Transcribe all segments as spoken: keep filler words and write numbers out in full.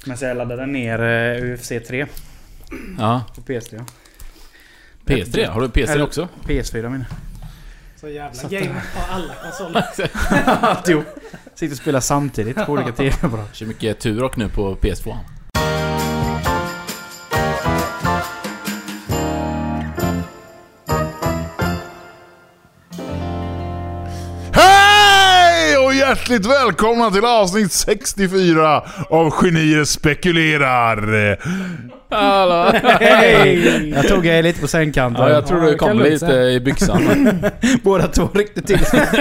Men så jag laddade ner uh, U F C tre. Ja. På P S tre. P S tre? Har du P S tre Eller, också? P S fyra mina. Så jävla game på alla konsoler. Jo. Sitter och spelar samtidigt på olika T V. Så mycket tur och nu på P S två. Hjärtligt välkomna till avsnitt sextiofyra av Genier spekulerar. Hej! Jag tog er lite på sängkanten. Ja, jag tror ja, du kom lite i byxan. Båda två ryckte till.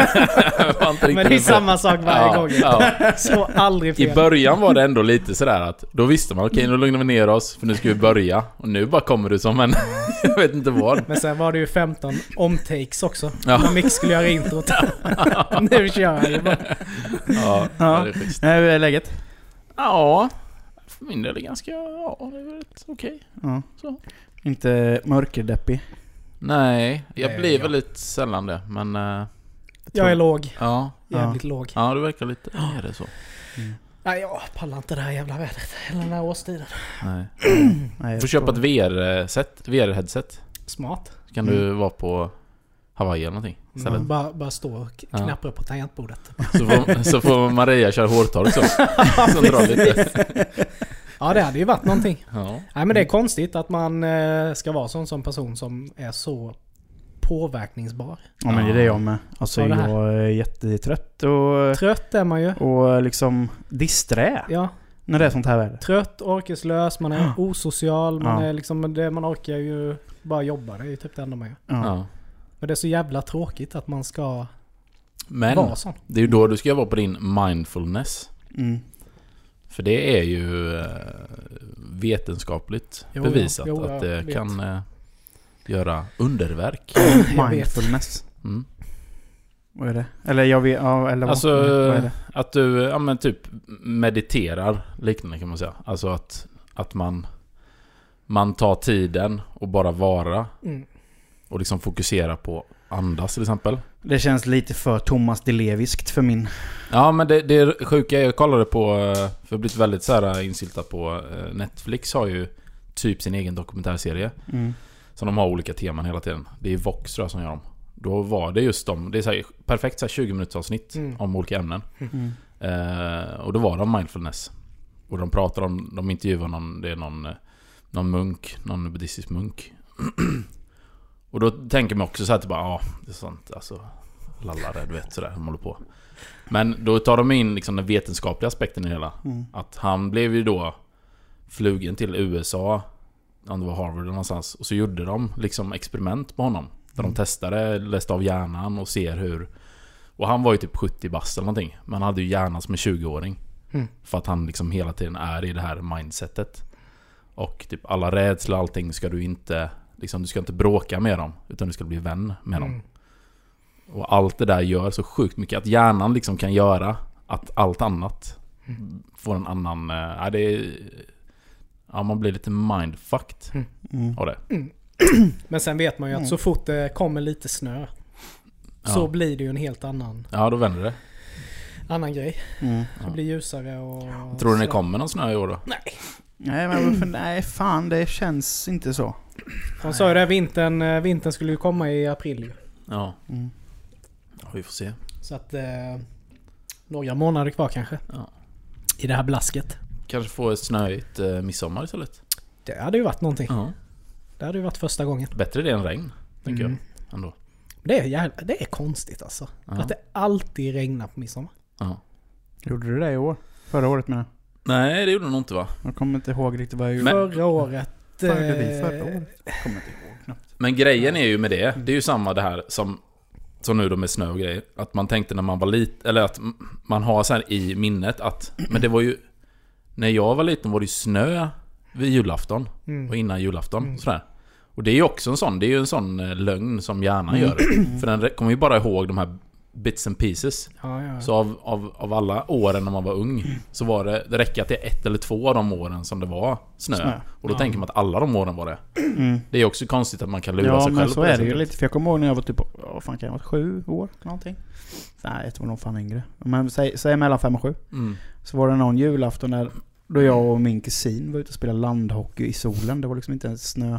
Men det är samma sak varje ja, gång. Ja. Så aldrig fel. I början var det ändå lite sådär att då visste man, okej, okay, nu lugnar vi ner oss för nu ska vi börja. Och nu bara kommer du som en jag vet inte vad. Men sen var det ju femton omtakes också. Ja. När Mix skulle göra introt. Nu kör jag ju bara. Ja, ja. det är schysst. Hur är läget? Ja, för min del är ganska, ja, det är rätt okej. Ja. Så. Inte mörkerdeppig? Nej, jag Nej, blir ja. väldigt sällan det, men... Uh, Jag är låg. Ja. Jävligt Ja. låg. Ja, du verkar lite... Är det så? Mm. Nej, jag pallar inte det här jävla vädret. Hela den här årstiden. Nej. Nej, Du får köpa ett V R-set, V R-headset. Smart. Så kan Mm. du vara på Hawaii eller någonting. Mm. Bara, bara stå och Ja. knappra på tangentbordet. Så får, så får Maria köra hårtork så. Som drar lite. Ja, det hade ju varit någonting. Ja. Nej, men det är konstigt att man eh, ska vara sån som person som är så påverkningsbar. Ja, men det är det jag med. Alltså Ja, det här. jag är jättetrött och, Trött är man ju. och liksom disträ Ja, när det är sånt här väder. trött, orkeslös, man är osocial, man Ja. är liksom, det, man orkar ju bara jobba, det är ju typ det enda man gör. Ja. Ja. Men det är så jävla tråkigt att man ska Men vara sån. det är ju då du ska vara på din mindfulness. Mm. För det är ju eh, vetenskapligt Jo, bevisat jo, jo, att det jag vet. kan eh, göra underverk. Jag vet. Mindfulness. Mm. Vad är det? Eller jag vet, ja, eller vad, Alltså vad är det? att du ja, men typ mediterar liknande kan man säga. Alltså att, att man man tar tiden och bara vara Mm. och liksom fokusera på andas till exempel. Det känns lite för Thomas Deleviskt för min. Ja, men det, det är sjuka. Jag kollade på, för jag blivit väldigt så här insyltad på Netflix har ju typ sin egen dokumentärserie. Mm. Så de har olika teman hela tiden. Det är Vox tror jag som gör dem. Då var det just dem. Det är så här, perfekt så här tjugo minuters avsnitt Mm. om olika ämnen. Mm. Eh, och då var de mindfulness. Och de pratar om, de intervjuar någon, det är någon, någon munk, någon buddhistisk munk. Och då tänker man också så här typ bara, ja, det är sånt, alltså lallare, du vet sådär, de håller på. Men då tar de in liksom den vetenskapliga aspekten i hela. Mm. Att han blev ju då flugen till U S A, om det var Harvard eller någonstans, och så gjorde de liksom experiment på honom. Där de testade, läste av hjärnan och ser hur. Och han var ju typ sjuttio bast eller någonting. Men han hade ju hjärnan som en tjugo-åring. Mm. För att han liksom hela tiden är i det här mindsetet. Och typ alla rädsla och allting ska du inte liksom, du ska inte bråka med dem, utan du ska bli vän med dem. Mm. Och allt det där gör så sjukt mycket att hjärnan liksom kan göra att allt annat Mm. får en annan äh, ja, det är, ja, man blir lite mindfucked Mm. av det. Men sen vet man ju att Mm. så fort det kommer lite snö så Ja. blir det ju en helt annan, Ja, då vänder det. annan grej. Mm. Det blir ljusare och... Tror du det sådär. kommer någon snö i år då? Nej. Nej, men varför, nej, fan, det känns inte så. De sa ju det, vintern, eh, vintern skulle ju komma i april ju. Ja. Mm. Ja, vi får se. Så att eh, några månader kvar kanske. Ja. I det här blasket. Kanske få ett snöigt eh, midsommar istället. Det hade ju varit någonting. Ja. Det hade ju varit första gången. Bättre det än regn, tänker Mm. jag ändå. Det är, jävla, det är konstigt alltså. Ja. Att det alltid regnar på midsommar. Ja. Gjorde du det i år? Förra året menar Nej, det gjorde det nog inte, va? jag. kommer inte ihåg riktigt vad jag gjorde. Men- Förra året... Fan, gjorde vi eh, förra året? Jag kommer inte ihåg knappt. Men grejen är ju med det, det är ju samma det här som, som nu då med snö och grejer. Att man tänkte när man var liten, eller att man har så här i minnet att, men det var ju, när jag var liten var det ju snö vid julafton Mm. och innan julafton. Mm. Sådär. Och det är ju också en sån, det är ju en sån eh, lögn som hjärnan gör. För den kommer ju bara ihåg de här bits and pieces. Ja, ja. Så av, av, av alla åren när man var ung så var det, det räcker att det är ett eller två av de åren som det var snö. Snö. Och då Ja. tänker man att alla de åren var det. Mm. Det är också konstigt att man kan lura Ja, sig men själv så på det är det ju sättet. lite. För jag kommer ihåg när jag var typ, vad fan kan jag vara, sju år någonting. Nej, jag var nog fan yngre. Men säg, säg mellan fem och sju. Mm. Så var det någon julafton när Då jag och min kusin var ute och spelade landhockey i solen. Det var liksom inte ens snö.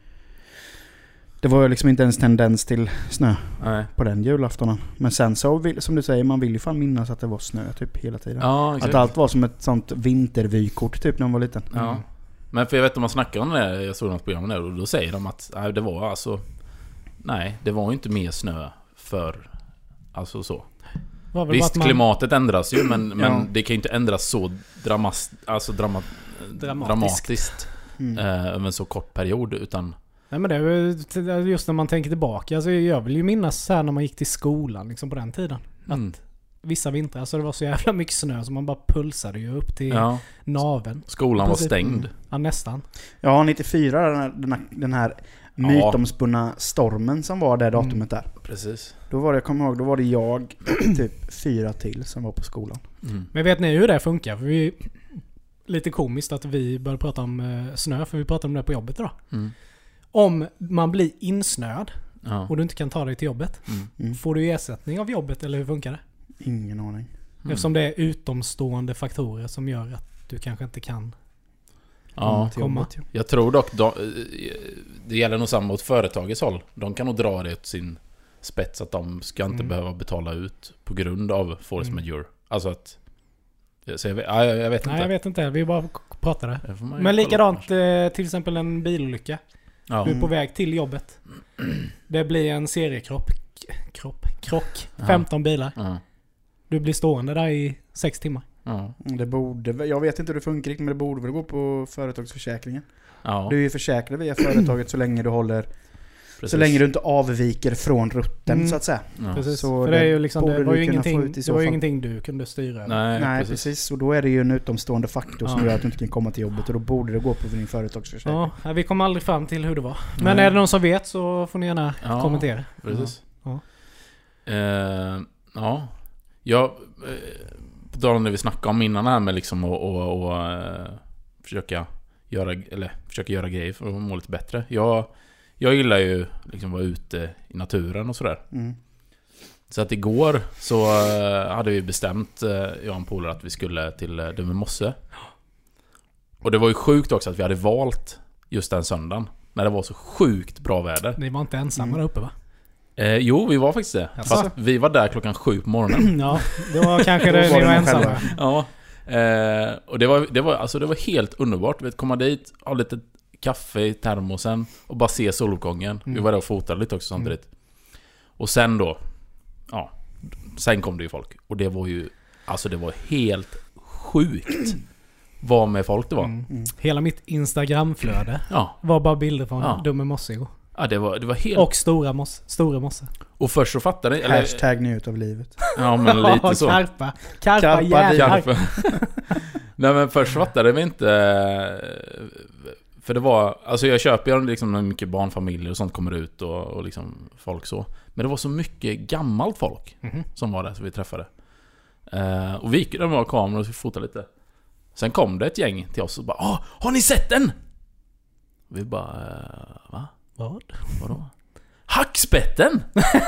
Det var liksom inte ens tendens till snö Nej. på den julaftonen. Men sen så, vill, som du säger, man vill ju fan minnas att det var snö typ hela tiden. Ja, exakt. Att allt var som ett sånt vintervykort typ när man var liten. Ja. Mm. Men för jag vet om man snackar om det, jag såg något program där, och då säger de att nej, det var alltså nej, det var ju inte mer snö för alltså så. Visst, man... klimatet ändras ju, men, men ja. det kan ju inte ändras så dramas, alltså drama, dramatiskt, dramatiskt mm. eh, över en så kort period, utan nej, men det är just när man tänker tillbaka, alltså jag vill ju minnas så här när man gick till skolan liksom på den tiden, mm. att vissa vintrar, alltså det var så jävla mycket snö så man bara pulsade ju upp till ja. naveln. Skolan var stängd. Ja, nästan. Ja, nittiofyra, den här, den här, den här mytomspunna stormen som var det datumet där. Mm. Precis. Då var det, jag kommer ihåg, då var det jag typ fyra till som var på skolan. Mm. Men vet ni hur det funkar? För vi, lite komiskt att vi började prata om eh, snö, för vi pratade om det på jobbet idag. Mm. Om man blir insnöad ja. och du inte kan ta dig till jobbet, mm. Mm. får du ersättning av jobbet eller hur funkar det? Ingen aning. Mm. Eftersom det är utomstående faktorer som gör att du kanske inte kan ja. komma. Jobbet, ja. Jag tror dock de, det gäller nog samma åt företagets håll. De kan nog dra det till sin spets att de ska inte mm. behöva betala ut på grund av force mm. majeure. Alltså att så jag, vet, ja, jag vet inte. Nej, jag vet inte. Vi bara pratade. Men likadant till exempel en bilolycka. Ja. Du är på väg till jobbet. Det blir en seriekrock. Kropp, krock. femton ja. bilar. Ja. Du blir stående där i sex timmar. Ja. Det borde, jag vet inte hur det funkar riktigt, men det borde väl gå på företagsförsäkringen. Ja. Du är ju försäkrad via företaget så länge du håller Precis. så länge du inte avviker från rutten mm. så att säga. Ja. Precis. Så för det, är ju liksom, det var ju ingenting, det var ju ingenting du kunde styra. Nej, Nej precis. precis. Och då är det ju en utomstående faktor ja. som gör att du inte kan komma till jobbet, och då borde det gå på din företagsförsäkring. Ja, vi kommer aldrig fram till hur det var. Men Nej. är det någon som vet så får ni gärna ja, kommentera. Precis. Ja. Uh, ja. Jag på tal om det vi snackade om innan här med liksom och, och, och uh, försöka göra eller försöka göra grejer för att må lite bättre. Jag jag gillar ju liksom vara ute i naturen och sådär. Mm. Så att igår så uh, hade vi bestämt uh, jag och en polare att vi skulle till uh, Dummemosse. Och det var ju sjukt också att vi hade valt just den söndagen när det var så sjukt bra väder. Ni var inte ensamma mm. där uppe va? Eh, jo, vi var faktiskt det. Jaså? Fast vi var där klockan sju på morgonen. Ja, det var kanske det ni var ensamma. Ja. Eh, och det var, det var alltså det var helt underbart. Vi komma dit, ha lite kaffe i termosen och bara se soluppgången. Mm. Vi var där och fotade lite också samtidigt. Mm. Och sen då, ja, sen kom det ju folk. Och det var ju, alltså det var helt sjukt vad med folk det var. Mm. Mm. Hela mitt Instagramflöde ja. var bara bilder från ja. Dummemosse igår. Ja, det var, det var helt... Och stora mosse. Stora mosse. Och först så fattade... Eller... Hashtag njut av livet. Ja, men lite så. Karpa. Karpa, jävlar. Karpa. Nej, men först fattade vi inte... För det var... Alltså jag köper ju liksom mycket barnfamiljer och sånt kommer ut och, och liksom folk så. Men det var så mycket gammalt folk mm-hmm. som var där som vi träffade. Uh, och vi gick där med kameror och fotade lite. Sen kom det ett gäng till oss och bara... Åh, har ni sett den? Vi bara... Uh, va? Vad? Vadå? Hackspetten!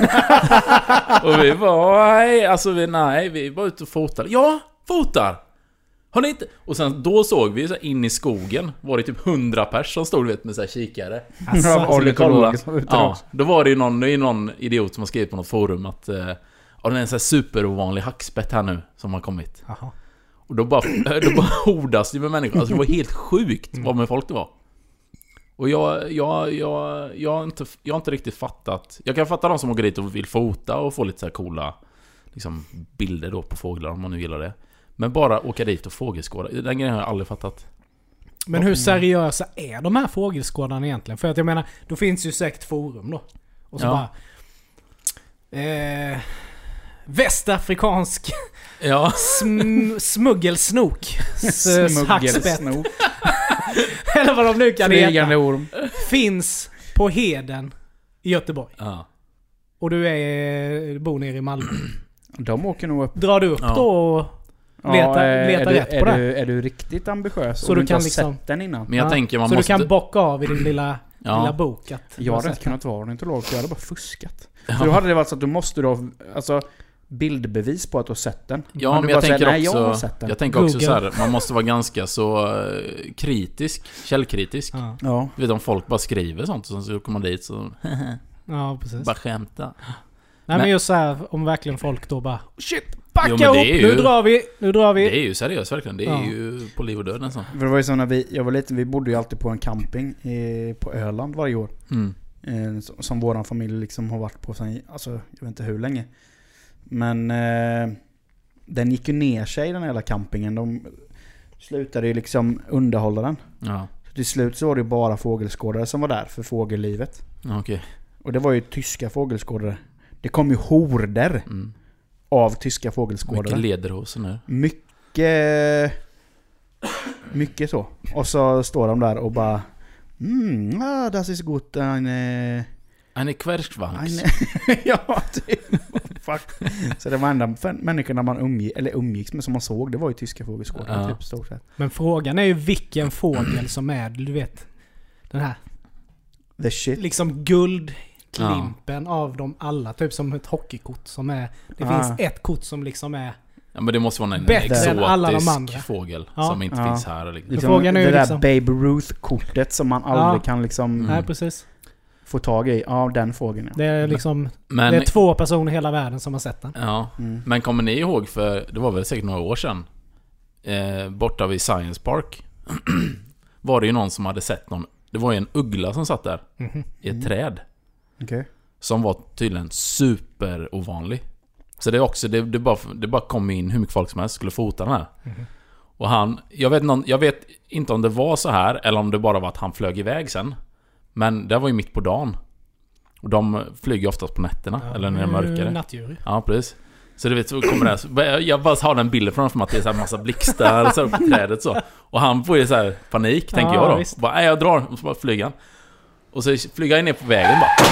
Och vi var nej, alltså vi, nej, vi var ute och fotade. Ja, fotar! Har ni inte? Och sen då såg vi så här, in i skogen var det typ hundra pers som stod vet med så här kikare. Alltså, alltså, ja, då var det ju någon, det är någon idiot som har skrivit på något forum att eh, ja, det är en så här superovanlig hackspett här nu som har kommit. Aha. Och då bara, då bara hordas det med människor. Alltså det var helt sjukt vad med folk det var. Och jag, jag, jag, jag, har inte, jag har inte riktigt fattat. Jag kan fatta de som åker dit och vill fota och få lite så här coola liksom, bilder då på fåglar om man nu gillar det. Men bara åka dit och fågelskåda, den grejen har jag aldrig fattat. Men hur seriösa är de här fågelskådarna egentligen? För att jag menar, då finns ju säkert forum då. Och så ja. bara... Eh, västafrikansk ja. sm- smuggelsnok. Smuggelsnok. Eller vad de nu kan heta. Orm. Finns på Heden i Göteborg. Ja. Och du är bor nere i Malmö. De åker nog upp. Drar du upp ja. då och letar, ja, letar du, rätt är på du, det? Är du riktigt ambitiös så och du, du kan inte har liksom, sett den innan? Men jag ja. tänker man så måste... du kan bocka av i din lilla, ja. lilla bok att jag hade inte kunnat vara ornitolog, jag hade bara fuskat. Ja. För då hade det varit så att du måste då... Alltså, bildbevis på att du har sett den. Ja, men, men du jag bara tänker, säger, nej, också, jag har sett den. jag tänker också Google. så här, man måste vara ganska så uh, kritisk, källkritisk. Ja, Ja. Du vet, om folk bara skriver sånt och så kommer man dit så ja precis. bara skämta. Nej men, Men- just så här, om verkligen folk då bara shit, backa Jo, men det upp, är nu ju- drar vi, nu drar vi. Det är ju seriöst verkligen. Det är Ja. ju på liv och död nästan. För det var ju så när vi, jag var liten, vi bodde ju alltid på en camping i, på Öland varje år. Mm. Eh, som, som våran familj liksom har varit på sen, alltså jag vet inte hur länge. Men eh, den gick ju ner sig, den här hela campingen. De slutade ju liksom underhålla den. Ja, Så till slut så var det ju bara fågelskådare som var där för fågellivet. okej. Och det var ju tyska fågelskådare. Det kom ju horder Mm. av tyska Mycket fågelskådare. lederhosen nu. Mycket mycket så. Och så står de där och bara mm, ah, das ist gut. Eine, Han är kvärsvanks. eine. Ja, typ. Fuck. Så det var enda f- människorna man umgick, eller umgicks med som man såg, det var ju tyska fågelskådare Ja. typ stort sett. Men frågan är ju vilken fågel som är, du vet, den här The shit. liksom guldklimpen av dem alla. Typ som ett hockeykort som är, det Ah. finns ett kort som liksom är, Ja, men det måste vara en Bättre än alla de exotisk andra. fågel Ja. som inte Ja. finns här. Liksom. Liksom, frågan är det ju där liksom- Babe Ruth-kortet som man aldrig Ja. kan liksom Mm. nej precis. få tag i. Ja, den fågeln. Ja. Det är liksom, Men, det är två personer i hela världen som har sett den. ja. Mm. Men kommer ni ihåg, för det var väl säkert några år sedan, eh, borta vid Science Park var det ju någon som hade sett någon, det var ju en uggla som satt där Mhm. i ett Mm. träd Okej. som var tydligen super ovanlig. Så det är också det, det bara det bara kom in hur mycket folk som helst skulle fota den här. Mhm. Och han, jag vet någon, jag vet inte om det var så här eller om det bara var att han flög iväg sen. Men det var ju mitt på dagen. Och de flyger oftast på nätterna eller när det är mörkare. Nattdjur. Ja, precis. Så du vet, så kommer det här, så jag bara har den bilden framför mig att det är så här massa blixtar så här på trädet så. Och han får ju så här panik, tänker Ja, jag då. visst. Bara, nej, jag drar, och så bara flyger han. Och så flyger han ner på vägen bara.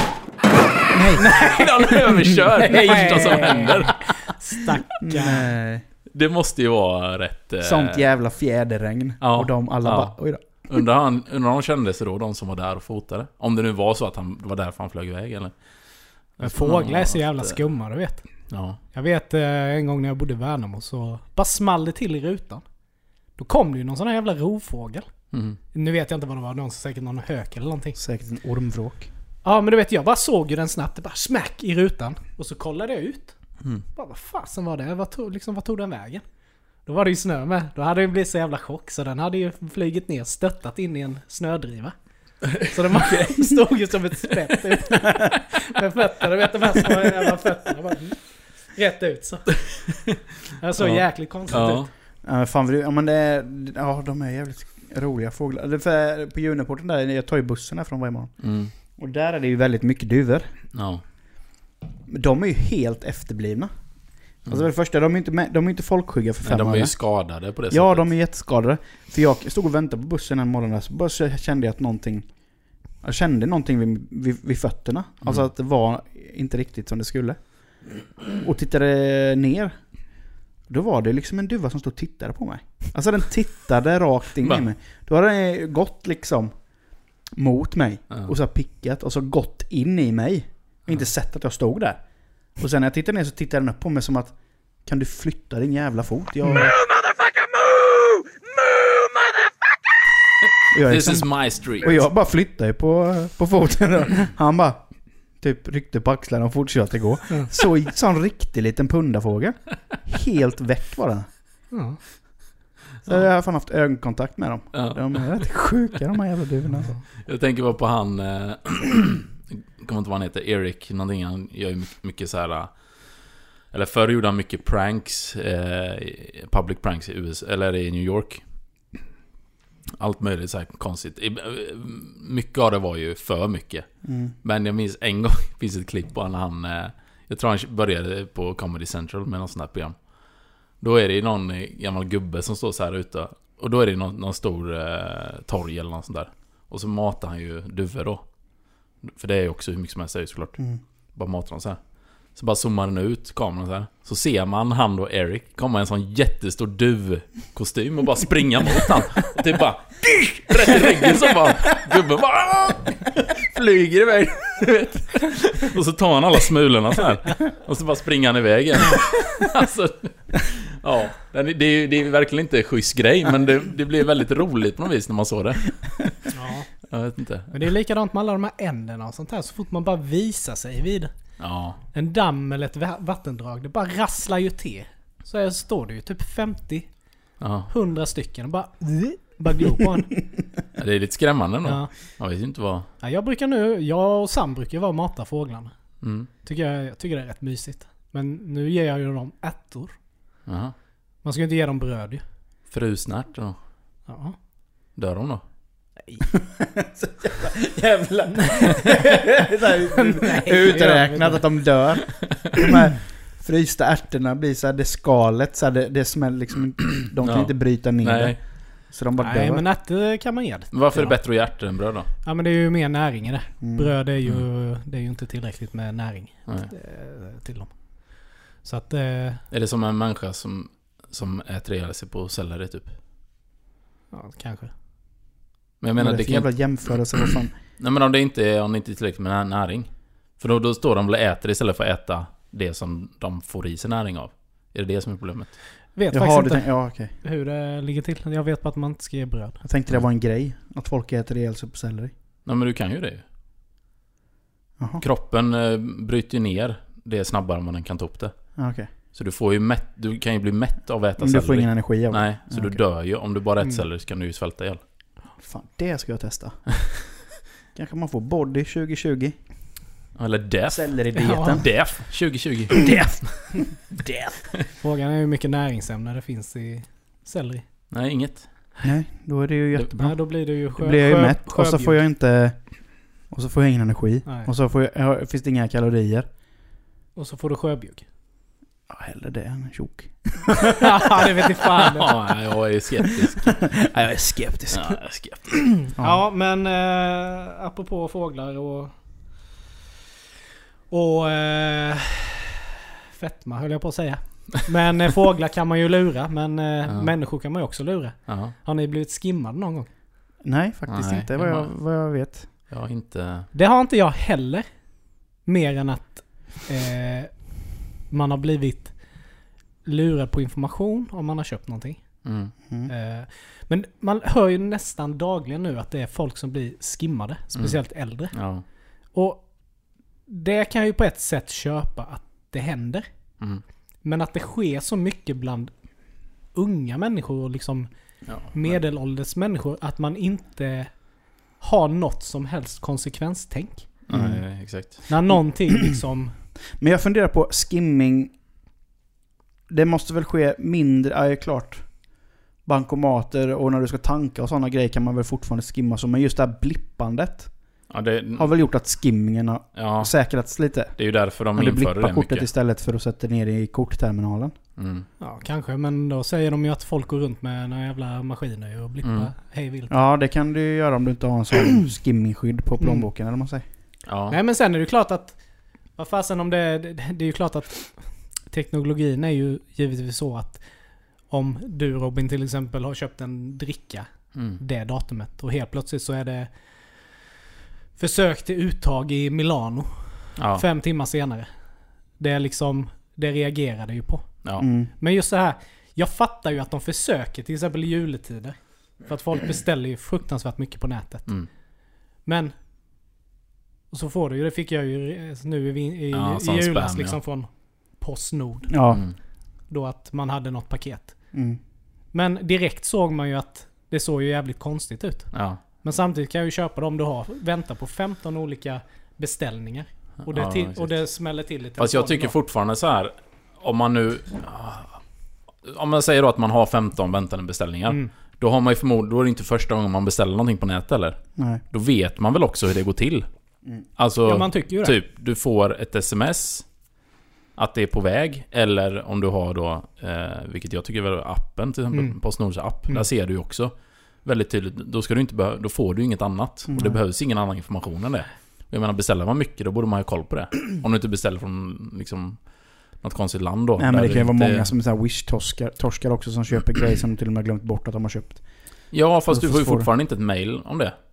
Nej. Nej, han är överkörd. Det är det första som händer. Stackarn. Nej. Det måste ju vara rätt... Eh, Sånt jävla fjäderregn. Ja. Och de alla Ja. bara, oj då. Undrar han, undrar han kände sig då, de som var där och fotade. Om det nu var så att han det var därför han flög iväg, eller? Men fåglar är så jävla Att, eh, skumma, du vet. Ja. Jag vet eh, en gång när jag bodde i Värnamo så bara small det till i rutan. Då kom det ju någon sån här jävla rovfågel. Mm. Nu vet jag inte vad det var, någon, säkert någon hök eller någonting. Säkert en ormvråk. Ja men du vet, jag bara såg ju den snabbt, det bara smack i rutan. Och så kollade jag ut. Mm. Bara, vad fasen var det? Vad tog, liksom, vad tog den vägen? Då var det ju snö med. Då hade det blivit så jävla chock. Så den hade ju flugit ner, stöttat in i en snödriva. Så den var, stod ju som ett spett ut. Med fötterna, du vet de här små jävla fötterna. Bara, mm, rätt ut så. Det såg Ja. jäkligt konstigt Ja. ut. Ja, men fan, för det, ja, men det är, ja, de är jävligt roliga fåglar. Det är för, på Juniporten där, jag tar ju bussen här från varje morgon. Mm. Och där är det ju väldigt mycket duvor. Ja. Men de är ju helt efterblivna. Alltså Mm. för det första, de är inte, med, de är inte folkskygga för Nej, fem de är öre. ju skadade på det Ja, sättet. de är jätteskadade. För jag stod och väntade på bussen en morgon där, så bara så kände jag att någonting... Jag kände någonting vid, vid, vid fötterna. Mm. Alltså att det var inte riktigt som det skulle. Och tittade ner. Då var det liksom en duva som stod och tittade på mig. Alltså den tittade rakt in Va? i mig. Då hade den gått liksom mot mig. Ja. Och så pickat och så gått in i mig. Och inte sett att jag stod där. Och sen när jag tittade ner så tittade den upp på mig som att, kan du flytta din jävla fot? Jag... Move motherfucker, move! Move motherfucker! Och jag, This liksom, is my street. och jag bara flyttade på, på foten. Då. Han bara typ ryckte på axlarna och fortsatte gå. Så sån riktig liten pundarfågel. Helt väck var den. Ja. Så jag har fan haft ögonkontakt med dem. Ja. De är rätt sjuka de här jävla duvorna. Alltså. Jag tänker bara på han eh, jag kommer inte vad han heter, Eric någonting, han gör ju mycket, mycket så här. Eller förr gjorde han mycket pranks eh, public pranks i U S A eller i New York. Allt möjligt så här konstigt. I- Mycket av det var ju för mycket. Mm. Men jag minns en gång finns ett klipp på när han eh, jag tror han började på Comedy Central med någon sån här program. Då är det någon eh, gammal gubbe som står så här ute. Och då är det någon, någon stor eh, torg eller något sånt där. Och så matar han ju duvor då. För det är ju också hur mycket som helst är ju såklart. Mm. Bara matar han så här. Så bara zoomar den ut kameran så här. Så ser man han och Eric komma i en sån jättestor duvkostym och bara springa mot han. Och typ bara rätt i ryggen så bara gubben bara flyger iväg. Och så tar han alla smulorna så här. Och så bara springer han iväg igen. Alltså, ja, det är, det är verkligen inte en schysst grej. Men det, det blir väldigt roligt på något vis när man såg det. Ja. Jag vet inte. Men det är likadant med alla de här änderna och sånt här. Så fort man bara visar sig vid Ja. en damm eller ett vattendrag, det bara rasslar ju till. Så här står det ju typ femtio Ja. hundra stycken och bara, bara glor på en. Ja, det är lite skrämmande ändå. Ja. Jag vet inte vad. Ja, jag brukar nu, jag och Sam brukar vara och mata fåglarna. Mm. Tycker jag, jag tycker det är rätt mysigt. Men nu ger jag ju dem ärtor. Jaha. Man ska ju inte ge dem bröd ju. Frusnärt då. Ja. Dör de då? Jävlar. Uträknat att de dör. De här frysta ärtorna blir så här, det skalet så här, det, det smäller liksom, de kan Ja. inte bryta ner Nej. det. Så de bara Nej, dör. men ärtor kan man ge det. Men varför är det Ja. bättre att ge ärtor än bröd då? Ja, men det är ju mer näring i det. Mm. Bröd är ju, det är ju inte tillräckligt med näring Nej. eh, till dem. Så att... Eh, Är det som en människa som, som äter ihjäl sig på selleri typ? ja, kanske. Men jag Men menar det det är kan jävla jämförelse, vad fan. Nej, men om det inte är, om det inte är tillräckligt med näring. För då, då står de och äter istället för att äta det som de får i sig näring av. Är det det som är problemet? Vet Jaha, faktiskt du inte tänk, ja, okej. hur det ligger till. Jag vet bara att man inte ska ge bröd. Jag tänkte det var en grej. Att folk äter ihjäl sig på selleri. Nej, men du kan ju det ju. Jaha, Kroppen eh, bryter ju ner det snabbare än man kan ta upp det. ja, okej. Så du får ju mätt, du kan ju bli mätt av att äta Men du selleri. får ingen energi av det. Nej, så Ja, du okej. dör ju. Om du bara äter Mm. selleri så kan du ju svälta ihjäl. Fan, det ska jag testa. Kanske man får body tjugo tjugo. Eller death. Selleridieten. Death tjugo tjugo. Death. Death. Frågan är hur mycket näringsämne det finns i selleri. Nej, inget. Nej, då är det ju jättebra. Ja, då blir det ju sjö, Då blir jag ju sjö- mätt. Och så får jag inte... Och så får jag ingen energi. Nej. Och så får jag, jag, finns det inga kalorier. Och så får du sjöbjugg. Ja, hellre det än tjock. Ja, det vet jag fan. Ja, jag är skeptisk. Nej, jag är skeptisk. Ja, jag är skeptisk. Ja, men eh, apropå fåglar och och eh, fetma höll jag på att säga. Men eh, fåglar kan man ju lura, men eh, Ja. människor kan man ju också lura. Ja, Har ni blivit skimmade någon gång? Nej, faktiskt Nej, inte vad jag, jag bara- vad jag vet. jag har inte... Det har inte jag heller. Mer än att eh, man har blivit lurad på information om man har köpt någonting. Mm. Mm. Eh, men man hör ju nästan dagligen nu att det är folk som blir skimmade. Speciellt äldre. Ja. Och det kan jag ju på ett sätt köpa att det händer. Mm. Men att det sker så mycket bland unga människor och liksom Ja, medelålders människor att man inte har något som helst konsekvenstänk. men- Mm. Nej, exakt. När någonting liksom... Men jag funderar på skimming. Det måste väl ske mindre, ja, det är klart. Bankomater och när du ska tanka och sådana grejer kan man väl fortfarande skimma så. Men just det här blippandet Ja, det, har väl gjort att skimmingen har ja, säkrats lite. det är ju därför de Men du införde blippar det kortet mycket. istället för att sätta ner det i kortterminalen. Mm. Ja, kanske. Men då säger de ju att folk går runt med några jävla maskiner och blippar Mm. hej vilt. Ja, det kan du ju göra om du inte har en sån skimmingskydd på plånboken eller vad man säger. Ja. Nej, men sen är det ju klart att... Vad fasen om det... Det, det är ju klart att teknologin är ju givetvis så att om du, Robin, till exempel har köpt en dricka Mm. det datumet och helt plötsligt så är det försök till uttag i Milano Ja. fem timmar senare. Det är liksom... Det reagerade ju på. Ja. Mm. Men just så här, jag fattar ju att de försöker till exempel i juletider. För att folk beställer ju fruktansvärt mycket på nätet. Mm. Men och så får du ju, det fick jag ju nu i, i, Ja, i sån julas spam, liksom ja. från Postnord. Ja. Mm. Då att man hade något paket. Mm. Men direkt såg man ju att det såg ju jävligt konstigt ut. Ja. Men samtidigt kan jag ju köpa dem du har. Vänta på femton olika beställningar. Och det, Ja, till, exakt. och det smäller till i Fast jag telefonen tycker då. fortfarande så här. Om man nu... Om man säger då att man har femton väntande beställningar. Mm. Då har man ju förmodligen... Då är det inte första gången man beställer någonting på nätet eller? Nej. Då vet man väl också hur det går till. Mm. Alltså, Ja, man tycker ju det. typ, du får ett sms att det är på väg. Eller om du har då, eh, vilket jag tycker är väl appen, till exempel Mm. Postnords app. Mm. Där ser du ju också väldigt tydligt. Då, ska du inte behö- då får du inget annat. Mm. Och det behövs ingen annan information än det. Jag menar, beställer man mycket, då borde man ha koll på det. Om du inte beställer från liksom något konstigt land då. Nej, men där det kan ju vara inte- många som är så här wish-torskar torskar också som köper grejer som de till och med har glömt bort att de har köpt. Ja, fast Och du så får ju får du- fortfarande inte ett mail om det.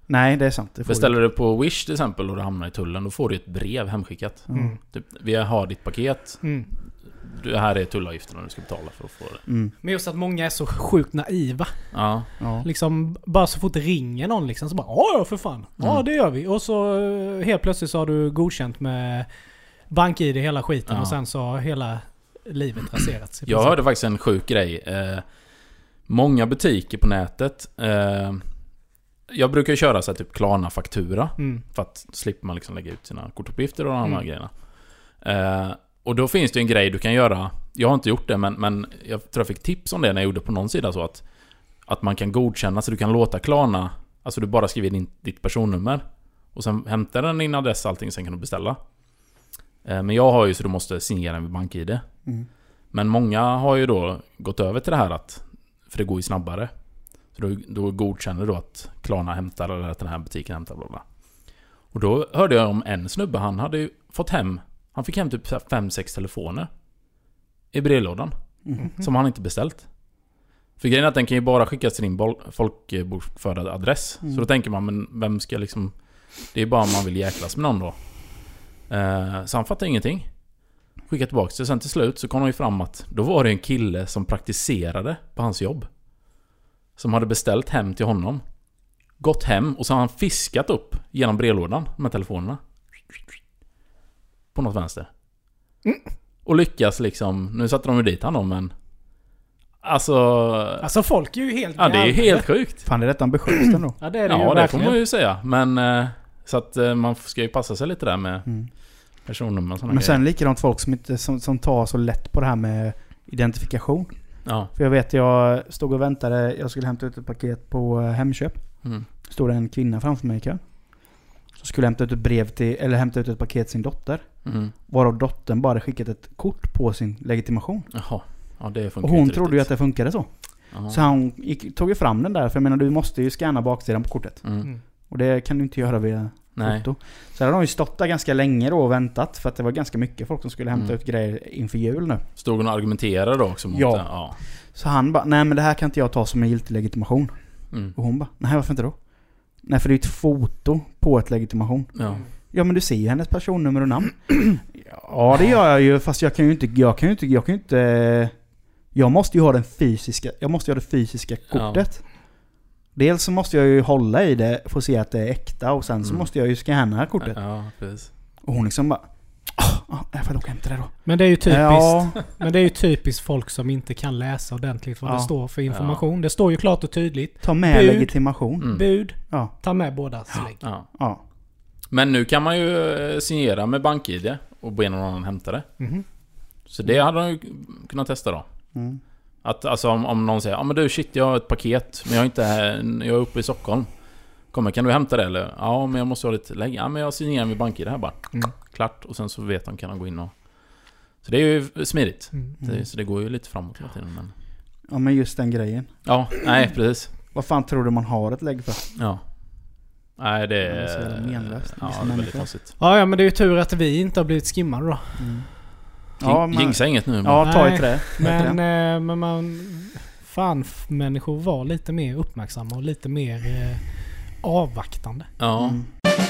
Nej, det är sant. Det får Beställer du. du på Wish till exempel och du hamnar i tullen, då får du ett brev hemskickat. Mm. Typ, vi har ditt paket. Mm. Det här är tullavgifterna du ska betala för att få det. Mm. Men just att många är så sjukt naiva. Ja. Ja. Liksom bara så fort det ringer någon liksom så bara ja för fan. Ja Mm. det gör vi. Och så eh, helt plötsligt så har du godkänt med BankID hela skiten Ja. och sen så har hela livet raserats. i Jag princip. hörde faktiskt en sjuk grej. Eh, många butiker på nätet. Eh, jag brukar köra så här typ Klarna-faktura. Mm. För att slipper man liksom lägga ut sina kortuppgifter och de här Mm. grejerna. Eh, och då finns det en grej du kan göra. Jag har inte gjort det, men, men jag tror jag fick tips om det när jag gjorde på någon sida. Så att, att man kan godkänna, så du kan låta Klarna. Alltså du bara skriver in ditt personnummer. Och sen hämtar den din adress och allting, sen kan du beställa. Eh, men jag har ju så du måste signera med BankID. Mm. Men många har ju då gått över till det här att, för det går ju snabbare. Så då, då godkänner du att Klarna hämtar eller att den här butiken hämtar bla bla. Och då hörde jag om en snubbe, han hade ju fått hem, han fick hem typ fem sex telefoner i brevlådan Mm. som han inte beställt. För grejen är att den kan ju bara skickas till din bol- folkbokförda adress. Mm. Så då tänker man, men vem ska liksom, det är bara om man vill jäklas med någon då. Eh, så han fattade ingenting. Skickade tillbaka det. Sen till slut så kom han ju fram att då var det en kille som praktiserade på hans jobb. Som hade beställt hem till honom. Gått hem och så har han fiskat upp genom brevlådan med telefonerna. På något vänster. Mm. Och lyckas liksom, nu satte de ju dit han då, men alltså, Alltså folk är ju helt ja det är ju galna. helt sjukt. Fan, det är rätt ambitiöst ändå. Ja det är det ju Ja, det får verkligen. man ju säga. Men eh, så att eh, man ska ju passa sig lite där med Mm. personnummer och såna Men grejer. sen likadant folk som, inte, som, som tar så lätt på det här med identifikation. Ja. För jag vet, jag stod och väntade, jag skulle hämta ut ett paket på eh, Hemköp. Mm. Stod det en kvinna framför mig i kön. Så skulle jag hämta ut ett brev till, eller hämta ut ett paket till sin dotter. Mm. Varav dottern bara skickat ett kort på sin legitimation. Jaha. Ja, det funkar Och hon inte trodde ju att riktigt. det funkade så. Jaha. Så han gick, tog ju fram den där. För jag menar, du måste ju scanna baksidan på kortet. Mm. Mm. Och det kan du inte göra via Nej. foto. Så hade de ju stått där ganska länge då och väntat. För att det var ganska mycket folk som skulle hämta Mm. ut grejer inför jul nu. Stod hon och argumenterade då också mot Ja. det? Ja. Så han bara, nej men det här kan inte jag ta som en giltig legitimation. Mm. Och hon bara, nej varför inte då? Nej för det är ett foto på ett legitimation. Ja. Ja men du ser ju hennes personnummer och namn. Ja det gör jag ju, fast jag kan ju inte, jag kan ju inte, jag kan ju inte, jag måste ju ha den fysiska, jag måste ju ha det fysiska kortet. Dels så måste jag ju hålla i det för att se att det är äkta och sen så Mm. måste jag ju scanna kortet. Ja, precis. Och hon liksom bara, ah, jag får åka och hämta det då. Men det är ju typiskt. Ja, Men det är ju typiskt folk som inte kan läsa ordentligt vad Ja. det står för information. Det står ju klart och tydligt. ta med Bud. legitimation. Mm. Bud, Ja, ta med båda slägg. Ja. ja. Men nu kan man ju eh, signera med BankID och be någon annan hämta det. Mhm. Så det hade de ju kunnat testa då. Mm. Att alltså om, om någon säger, ja men du shit jag har ett paket men jag är inte här, jag är uppe i Stockholm. Kommer, kan du hämta det eller? Ja men jag måste ha lite lägg. Ja men jag signerar med BankID här bara. Mm. Klart. Och sen så vet de, kan de gå in och... Så det är ju smidigt. Mm. Det, så det går ju lite framåt hela tiden, men... Ja men just den grejen. Ja, nej precis. Vad fan tror du man har ett lägg för? Ja. Nej det Ja, det är så är... jävla menlöst. Ja, Vissa det är väldigt människor. konstigt. Ja, ja, men det är ju tur att vi inte har blivit skimmade då. Mm. Ja, Ja, men, Jinxa inget nu. Men... ja, ta i Nej, trä. Men, eh, men man... Fan, f- människor var lite mer uppmärksamma och lite mer eh, avvaktande. Ja. Mm.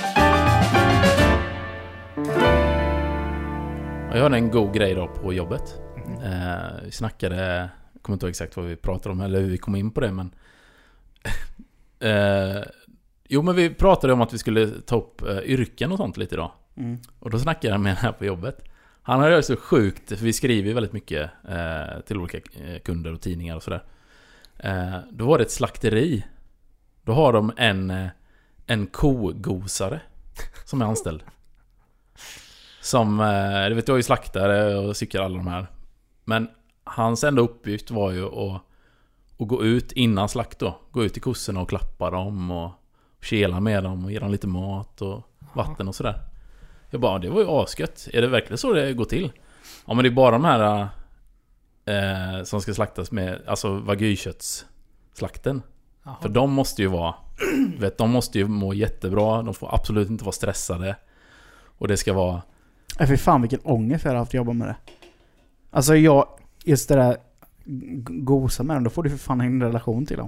Jag hörde en god grej då på jobbet. Mm. Eh, vi snackade... Jag kommer inte ihåg exakt vad vi pratade om eller hur vi kom in på det, men... eh, jo, men vi pratade om att vi skulle ta upp eh, yrken och sånt lite idag. Mm. Och då snackade jag med den här på jobbet. Han har ju så sjukt, för vi skriver ju väldigt mycket eh, till olika eh, kunder och tidningar och sådär. Eh, då var det ett slakteri. Då har de en, eh, en kogosare som är anställd. Som, eh, du vet, jag är ju slaktare och cyklar alla de här. Men hans enda uppgift var ju att, att gå ut innan slakt då. Gå ut till kossorna och klappa dem och kela med dem och ge dem lite mat och vatten och sådär. Jag bara, det var ju asgött. Är det verkligen så det går till? Ja, men det är bara de här eh, som ska slaktas med, alltså wagyu-köttsslakten. Jaha. För de måste ju vara, vet, de måste ju må jättebra. De får absolut inte vara stressade. Och det ska vara... Nej, för fan vilken ångest jag har haft att jobba med det. Alltså jag, just det där g- gosa med dem, då får du för fan en relation till dem.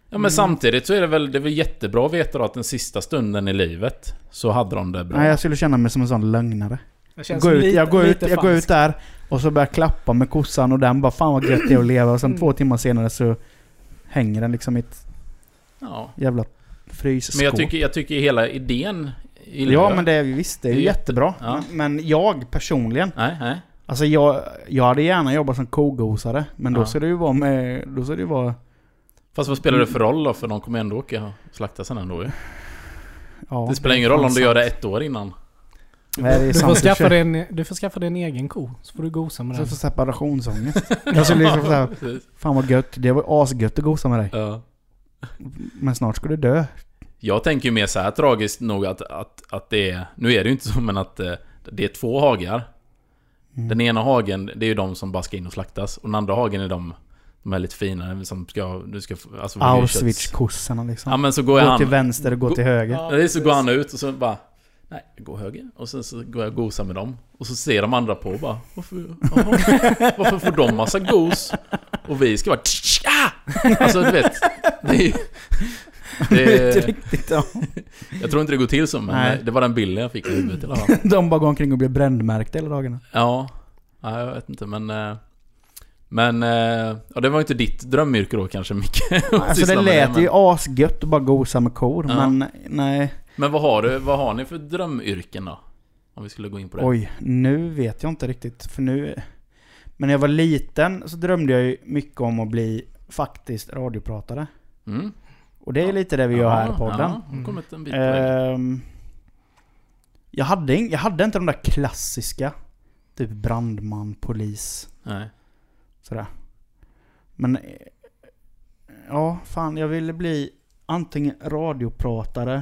Ja, men samtidigt så är det väl, det är väl jättebra att veta då att den sista stunden i livet så hade de det bra. Nej, jag skulle känna mig som en sån lögnare. Jag, Jag går, ut, lite, jag, går ut, lite jag går ut där och så börjar jag klappa med kossan och den bara, fan vad gött det är att leva. Och sen Mm. två timmar senare så hänger den liksom i ett Ja. jävla frysskåp. Men jag tycker, jag tycker hela idén i Ja, livet- men det är visst, det är Det är ju jätte- jättebra. ja. Men jag personligen, Nej, nej. alltså jag, jag hade gärna jobbat som kogosare, men då Ja. ska det ju vara med, då ska det ju vara, Fast vad spelar det för roll då? För de kommer ändå åka och slakta sen ändå ju. ja. Det spelar ingen roll om du gör det ett år innan. Nej, det är Du sant får, i och för skaffa sig. dig en, du får skaffa dig en egen ko, så får du gosa med Så den. för separationsångest. Jag skulle liksom såhär, Precis. fan vad gött, det var asgött att gosa med dig. Ja. Men snart ska du dö. Jag tänker ju mer så här tragiskt nog att, att, att det är... Nu är det ju inte så, men att eh, det är två hagar. Mm. Den ena hagen, det är ju de som bara ska in och slaktas. Och den andra hagen är de, de är lite finare som ska... Du ska alltså, Auschwitz-kossorna liksom. Ja, men så går jag Gå han... till vänster och gå Gå- till höger. Ja. Ja, det är så går han ut och så bara... Nej, jag går höger. Och sen så går jag och gosar med dem. Och så ser de andra på och bara... Varför, jaha, varför får de massa gos? Och vi ska bara... Ah! Alltså, du vet... Det är ju... Det Inte är, riktigt, ja. jag tror inte det går till så, men Nej. det var den bilden jag fick i huvudet i alla fall. De bara går omkring och blir brännmärkta hela dagarna. Ja, ja, jag vet inte, men... eh, Men... eh, Ja, det var ju inte ditt drömyrke då kanske, mycket. att Alltså syssla det med lät men, ju asgött att bara gosa med kor, Ja. men nej. men vad har du, vad har ni för drömyrken då? Om vi skulle gå in på det. Oj, nu vet jag inte riktigt, för nu... Men när jag var liten så drömde jag ju mycket om att bli faktiskt radiopratare. Mm. Och det är lite det vi gör här i podden. Ja, har kommit en bit på väg. Ehm, jag, hade, ing- jag hade inte de där klassiska, typ brandman, polis, Nej. sådär. Men, eh, ja, fan, jag ville bli antingen radiopratare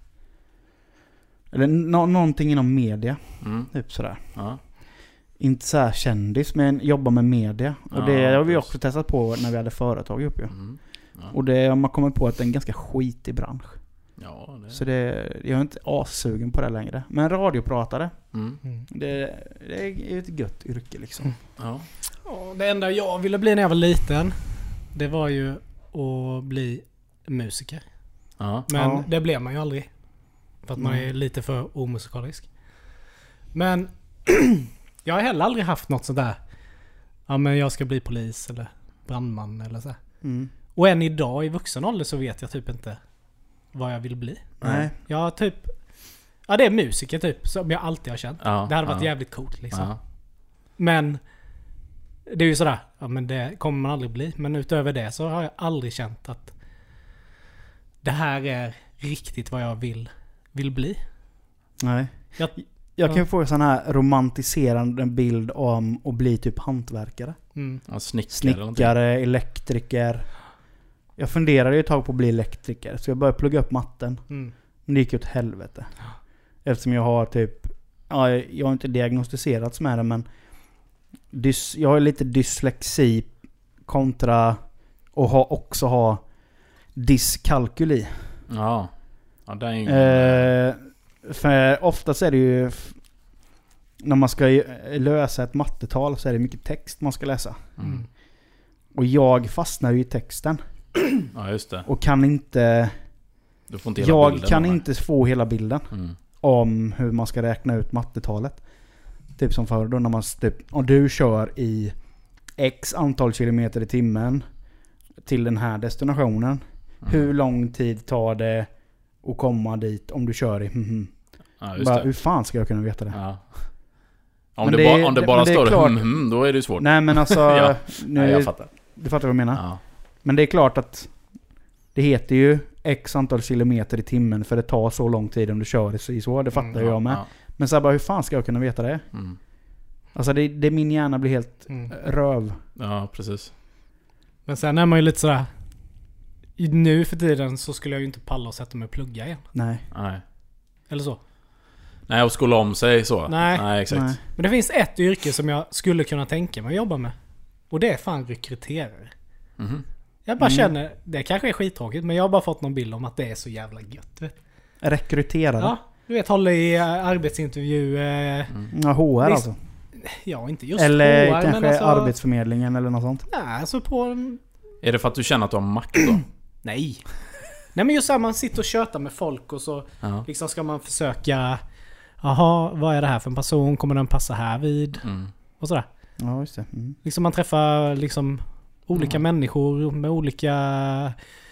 eller nå- någonting inom media, Mm. typ sådär. Ja. Inte så här kändis, men jobba med media. Och Ja, det har vi precis. också testat på när vi hade företag uppe. ju. Mm. Ja. Och det har man kommit på att det är en ganska skitig bransch. Ja, det... Så det, jag är inte assugen på det längre. Men radiopratare, Mm. Mm. det, det är ju ett gött yrke liksom. Ja. Ja, det enda jag ville bli när jag var liten, det var ju att bli musiker. Ja. Men Ja. det blev man ju aldrig. För att man Nej. är lite för omusikalisk. Men jag har heller aldrig haft något sådär. Ja, men jag ska bli polis eller brandman eller så. Mm. Och än idag i vuxen ålder så vet jag typ inte vad jag vill bli. Nej. Jag har typ... Ja, det är musiker typ, som jag alltid har känt. Ja, Det hade varit ja. jävligt coolt liksom. Ja. Men det är ju sådär, ja men det kommer man aldrig bli. Men utöver det så har jag aldrig känt att det här är riktigt vad jag vill, vill bli. Nej. Jag, Jag kan ju Ja. få en sån här romantiserande bild om att bli typ hantverkare. mm, Ja, snickare eller någonting. Snickare, elektriker. Jag funderade ju ett tag på att bli elektriker. Så jag började plugga upp matten. mm, Men det gick åt helvete. Eftersom jag har typ... Ja, jag har inte diagnostiserats med det, men... Dys, jag har lite dyslexi kontra... Och ha, också ha dyskalkyli. Ja. Ja, det är ju... Eh, för oftast är det ju... f- När man ska ju lösa ett mattetal så är det mycket text man ska läsa. mm. mm. Och jag fastnar ju i texten. Ja, just det. Och kan inte... Du får inte hela Jag bilden kan av det. inte få hela bilden. Mm. Om hur man ska räkna ut mattetalet. Typ som förr då när man typ, om du kör i x antal kilometer i timmen till den här destinationen. Mm. Hur lång tid tar det att komma dit om du kör i mhm. Ja, just Bara, det. hur fan ska jag kunna veta det? Ja. Om Men det, det- bara, om det det- bara men det är står klart- mm, mm, då är det ju svårt. Nej men alltså Ja. nu, Nej, jag fattar. du fattar vad jag menar. Ja. Men det är klart att det heter ju x antal kilometer i timmen för det tar så lång tid om du kör i så. Det fattar Mm, ju jag med. Ja. Men så här bara, hur fan ska jag kunna veta det? Mm. Alltså det, det min hjärna blir helt Mm. röv. Ja, precis. Men sen är man ju lite sådär... i- Nu för tiden så skulle jag ju inte palla och sätta mig och plugga igen. Nej. Nej. Eller så. Nej, och skola om sig så. Nej. Nej, exakt. Nej. Men det finns ett yrke som jag skulle kunna tänka mig att jobba med. Och det är fan rekryterare. Mhm. Jag bara Mm. känner, det kanske är skittråkigt, men jag har bara fått någon bild om att det är så jävla gött. Vet. Rekryterare. Ja, du vet, håller i eh, arbetsintervju. Eh, Ja, H R Visst. alltså. ja, inte just Eller H R, kanske men alltså... Arbetsförmedlingen eller något sånt. Nej, alltså på... Är det för att du känner att du har makt då? Nej. Nej men just så här, man sitter och tjötar med folk och så Ja. liksom ska man försöka... Jaha, vad är det här för en person? Kommer den passa här vid? Mm. Och sådär. Ja, just det. Mm. Liksom man träffar liksom olika Mm. människor med olika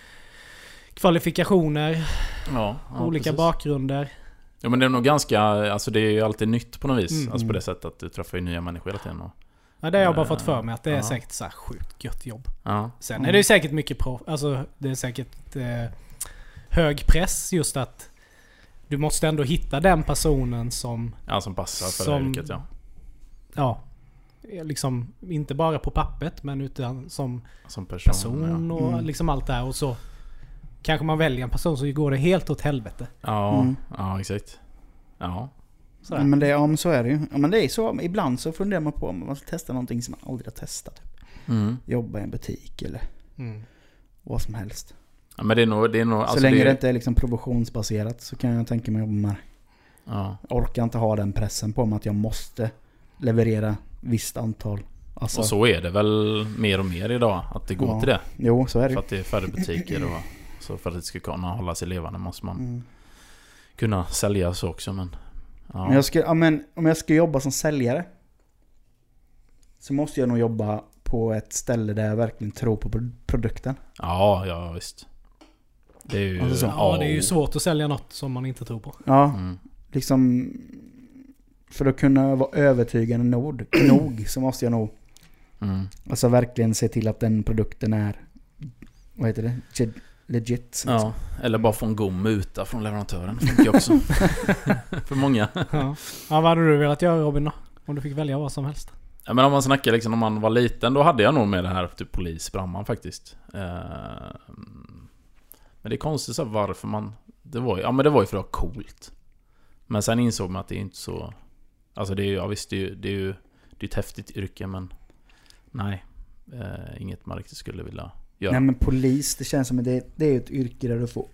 kvalifikationer, Ja, ja, olika precis. bakgrunder. Ja, men det är nog ganska, alltså det är ju alltid nytt på något vis. Mm. Alltså på det sättet att du träffar ju nya människor hela tiden. Och, Ja, det har jag bara fått för mig att det är Ja. säkert så här sjukt gött jobb. ja. Sen är det ju säkert mycket pro, alltså det är säkert eh, hög press just att du måste ändå hitta den personen som, ja, som passar för Som- det yrket, ja. ja, liksom inte bara på pappret men utan som Som person, person ja. och Mm. liksom allt det här och så kanske man väljer en person så går det helt åt helvete. Ja, Mm. ja, exakt. Ja. Sådär. Ja, men det, ja, men så är det ju. Ja, men det är så. Ibland så funderar man på om man ska testa någonting som man aldrig har testat. Typ. Mm. Jobba i en butik eller Mm. vad som helst. Ja, men det är nog, det är nog Så alltså länge det, det, inte är liksom provisionsbaserat så kan jag tänka mig jobba med. ja. Jag orkar inte ha den pressen på mig att jag måste leverera visst antal. Alltså, Och så är det väl mer och mer idag, att det går Ja. till det. Jo, så är det För ju. att det är färre butiker och så för att det ska kunna hålla sig levande måste man Mm. kunna sälja så också, men ja. Men jag ska, ja, men om jag ska jobba som säljare så måste jag nog jobba på ett ställe där jag verkligen tror på pro- produkten. Ja, ja visst. Det är ju Alltså så. Ja, det är ju svårt att sälja något som man inte tror på. Ja, Mm. liksom för att kunna vara övertygande nog, nog så måste jag nog Mm. alltså verkligen se till att den produkten är, vad heter det? Ge- Legit. Ja, eller bara få en god muta från leverantören. Det funkar också. För många. Ja. Ja, vad hade du velat göra Robin då? Om du fick välja vad som helst. Ja, men om man snackar liksom om man var liten, då hade jag nog med det här typ polis, brandman faktiskt. Eh, men det är konstigt så här, varför man det var ju, ja men det var ju för att det var coolt. Men sen insåg man att det är inte så, alltså det är ju, ja visst det är ju det är ju det är ett häftigt yrke, men nej, eh, inget man riktigt skulle vilja göra. Nej, men polis, det känns som att det, det är ett yrke där du får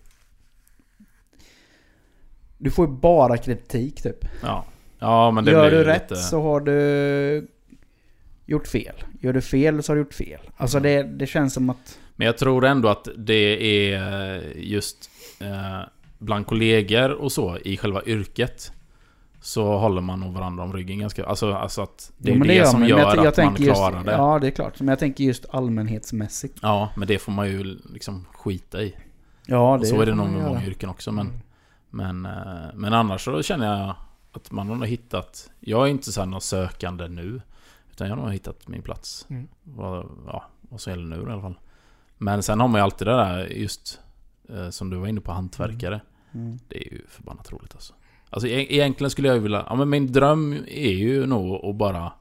du får ju bara kritik typ. Ja. Ja, men det Gör blir du ju rätt lite... så har du gjort fel. Gör du fel så har du gjort fel. Alltså det, det känns som att Men jag tror ändå att det är just eh, bland kollegor och så i själva yrket så håller man nog varandra om ryggen ganska, alltså, alltså att det är Jo, men det, gör som man. gör Men jag, jag att man tänker klarar just, det. Ja, det är klart. Men jag tänker just allmänhetsmässigt. Ja, men det får man ju liksom skita i. Ja, Och så är det får nog man med göra. många yrken också, men Mm. men eh, men annars så känner jag att man har hittat, jag är inte så här någon sökande nu, utan jag har nog hittat min plats. Mm. Vad, ja, vad som gäller nu i alla fall. Men sen har man ju alltid det där just eh, som du var inne på, hantverkare. Mm. Det är ju förbannat roligt alltså. Alltså e- egentligen skulle jag ju vilja, ja men min dröm är ju nog att bara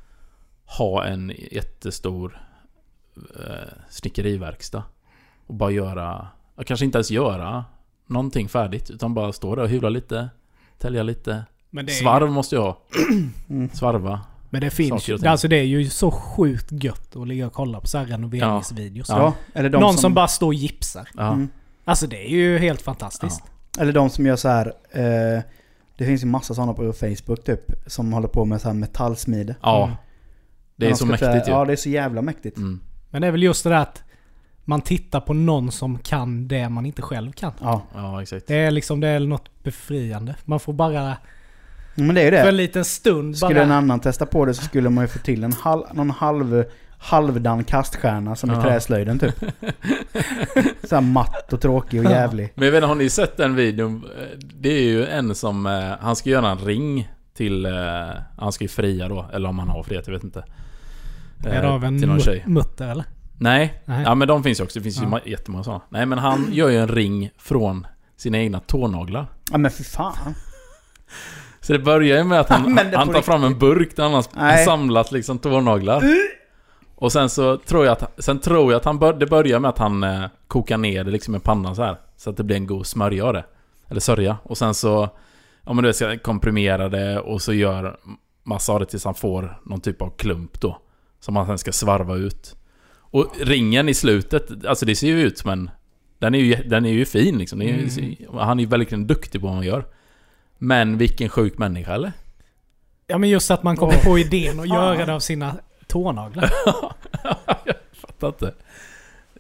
ha en jättestor eh, snickeriverkstad och bara göra, jag kanske inte ens göra någonting färdigt, utan bara stå där och hyvla lite, tälja lite. Men det är, Svarv måste jag ha. Mm. Svarva. Men det finns saker ju, och ting. alltså det är ju så sjukt gött att ligga och kolla på så här renoveringsvideos. Ja. Ja, eller de Någon som, som, bara står och gipsar. Ja. Mm. Alltså det är ju helt fantastiskt. Eller de som gör så här. Eh, det finns ju massa sådana på Facebook typ som håller på med så här metallsmide. Ja. Mm. Det är De så ska mäktigt säga- ju. Ja, det är så jävla mäktigt. Mm. Men det är väl just det där att man tittar på någon som kan det man inte själv kan. Ja, Ja, exakt. Det är liksom, det är något befriande. Man får bara men det är ju för en det. liten stund Skulle bara... en annan testa på det så skulle man ju få till en halv, någon halv halvdan kaststjärna som i Ja. träslöjden typ. Så här matt och tråkig och jävlig. Men jag vet inte, har ni sett den videon? Det är ju en som, eh, han ska göra en ring till, eh, han ska ju fria då, eller om han har friat, jag vet inte. Eh, Är det av en till någon mut- tjej. mutter eller? Nej, Nej. ja men de finns ju också, det finns ju Ja. ma- jättemånga sådana. Nej, men han gör ju en ring från sina egna tånaglar. Ja men för fan. Så det börjar ju med att han, Men det han på tar fram en burk där han har Nej. samlat liksom tånaglar. Och sen så tror jag att, sen tror jag att han bör, det börjar med att han eh, kokar ner det liksom i pannan så här, så att det blir en god smörja av det. Eller sörja. Och sen så, ja men du ska komprimera det och så gör massa av det tills han får någon typ av klump då. Som han sen ska svarva ut. Och ringen i slutet, alltså det ser ju ut, men den är ju, den är ju fin liksom. Det är, ju- han är ju verkligen duktig på vad han gör. Men vilken sjuk människa, eller? Ja men just att man kommer på idén och göra det av sina tånaglar. Jag fattar inte.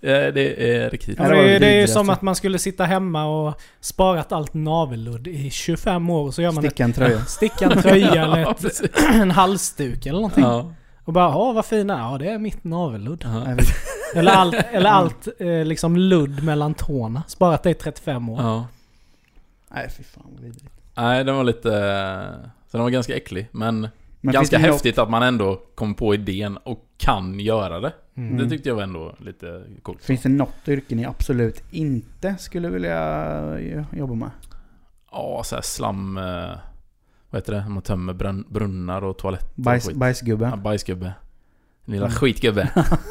det är riktigt. Ja, det, är, det är ju som att man skulle sitta hemma och sparat allt navelludd i tjugofem år och så gör man Sticka en tröja. Sticka en tröja eller ett, en halsduk eller någonting. Ja. Och bara, ja vad fina, ja det är mitt navelludd. Ja. Eller allt, eller allt eh, liksom ludd mellan tårna. Sparat det i trettiofem år. Ja. Nej, fy fan vad vidrigt. Nej, den var lite... Så den var ganska äcklig, men, Men ganska finns det häftigt att man ändå kom på idén och kan göra det. Mm. Det tyckte jag var ändå lite coolt. Finns det något yrke ni absolut inte skulle vilja jobba med? Ja, så här slam... eh, Vad heter det? Man tömmer brunn, brunnar och toaletter. Bajs, och skit. bajsgubbe. Ja, bajsgubbe. Lilla Mm. skitgubbe.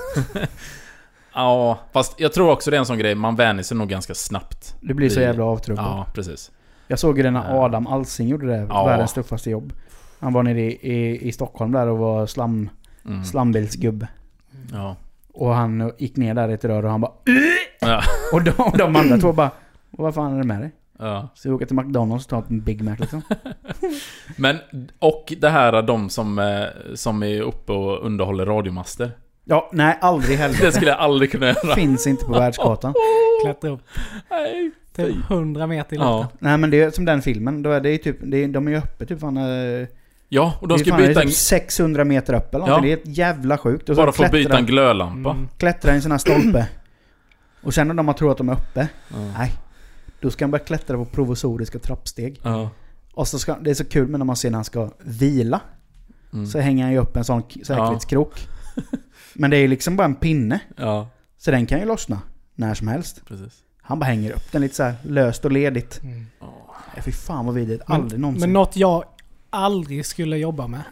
Ja, fast jag tror också det är en sån grej. Man vänjer sig nog ganska snabbt. Det blir så Det- jävla avtrubbad. Ja, precis. Jag såg ju det när Ja. Adam Alsing gjorde det. Ja. Världens tuffaste jobb. Han var nere i, i, i Stockholm där och var slam, Mm. slambilsgubbe. Ja. Och han gick ner där i ett rör och han bara... Ja. Och de, och de andra två bara... Vad fan är det med dig? Ja. Så vi åker till McDonalds och tar en Big Mac liksom. Men, och det här de som, eh, som är uppe och underhåller radiomaster. Ja, nej, aldrig heller. Det skulle jag aldrig kunna göra. Finns inte på världskartan. Klättra upp Nej. till hundra meter i luften. Ja. Nej, men det är som den filmen. Då är det ju typ... Det är, de är ju uppe typ fan... eh, Ja, och de det är ska fan, det är byta en, typ sexhundra meter upp eller Ja. någonting. Det är ett jävla sjukt. Och så bara få byta klättra, en glödlampa. Mm. klättra i en sån här stolpe. Och sen när de har tror att de är uppe. Ja. Nej. Då ska han börja klättra på provisoriska trappsteg. Ja. Och så ska, det är så kul när man ser när han ska vila. Mm. Så hänger han ju upp en sån k- säkerhetskrok. Men det är ju liksom bara en pinne. Ja, Så den kan ju lossna när som helst. precis. Han bara hänger upp den lite så här löst och ledigt. Mm. Nej, fy fan vad vidrigt. Men- Aldrig någonsin. Men något jag aldrig skulle jobba med.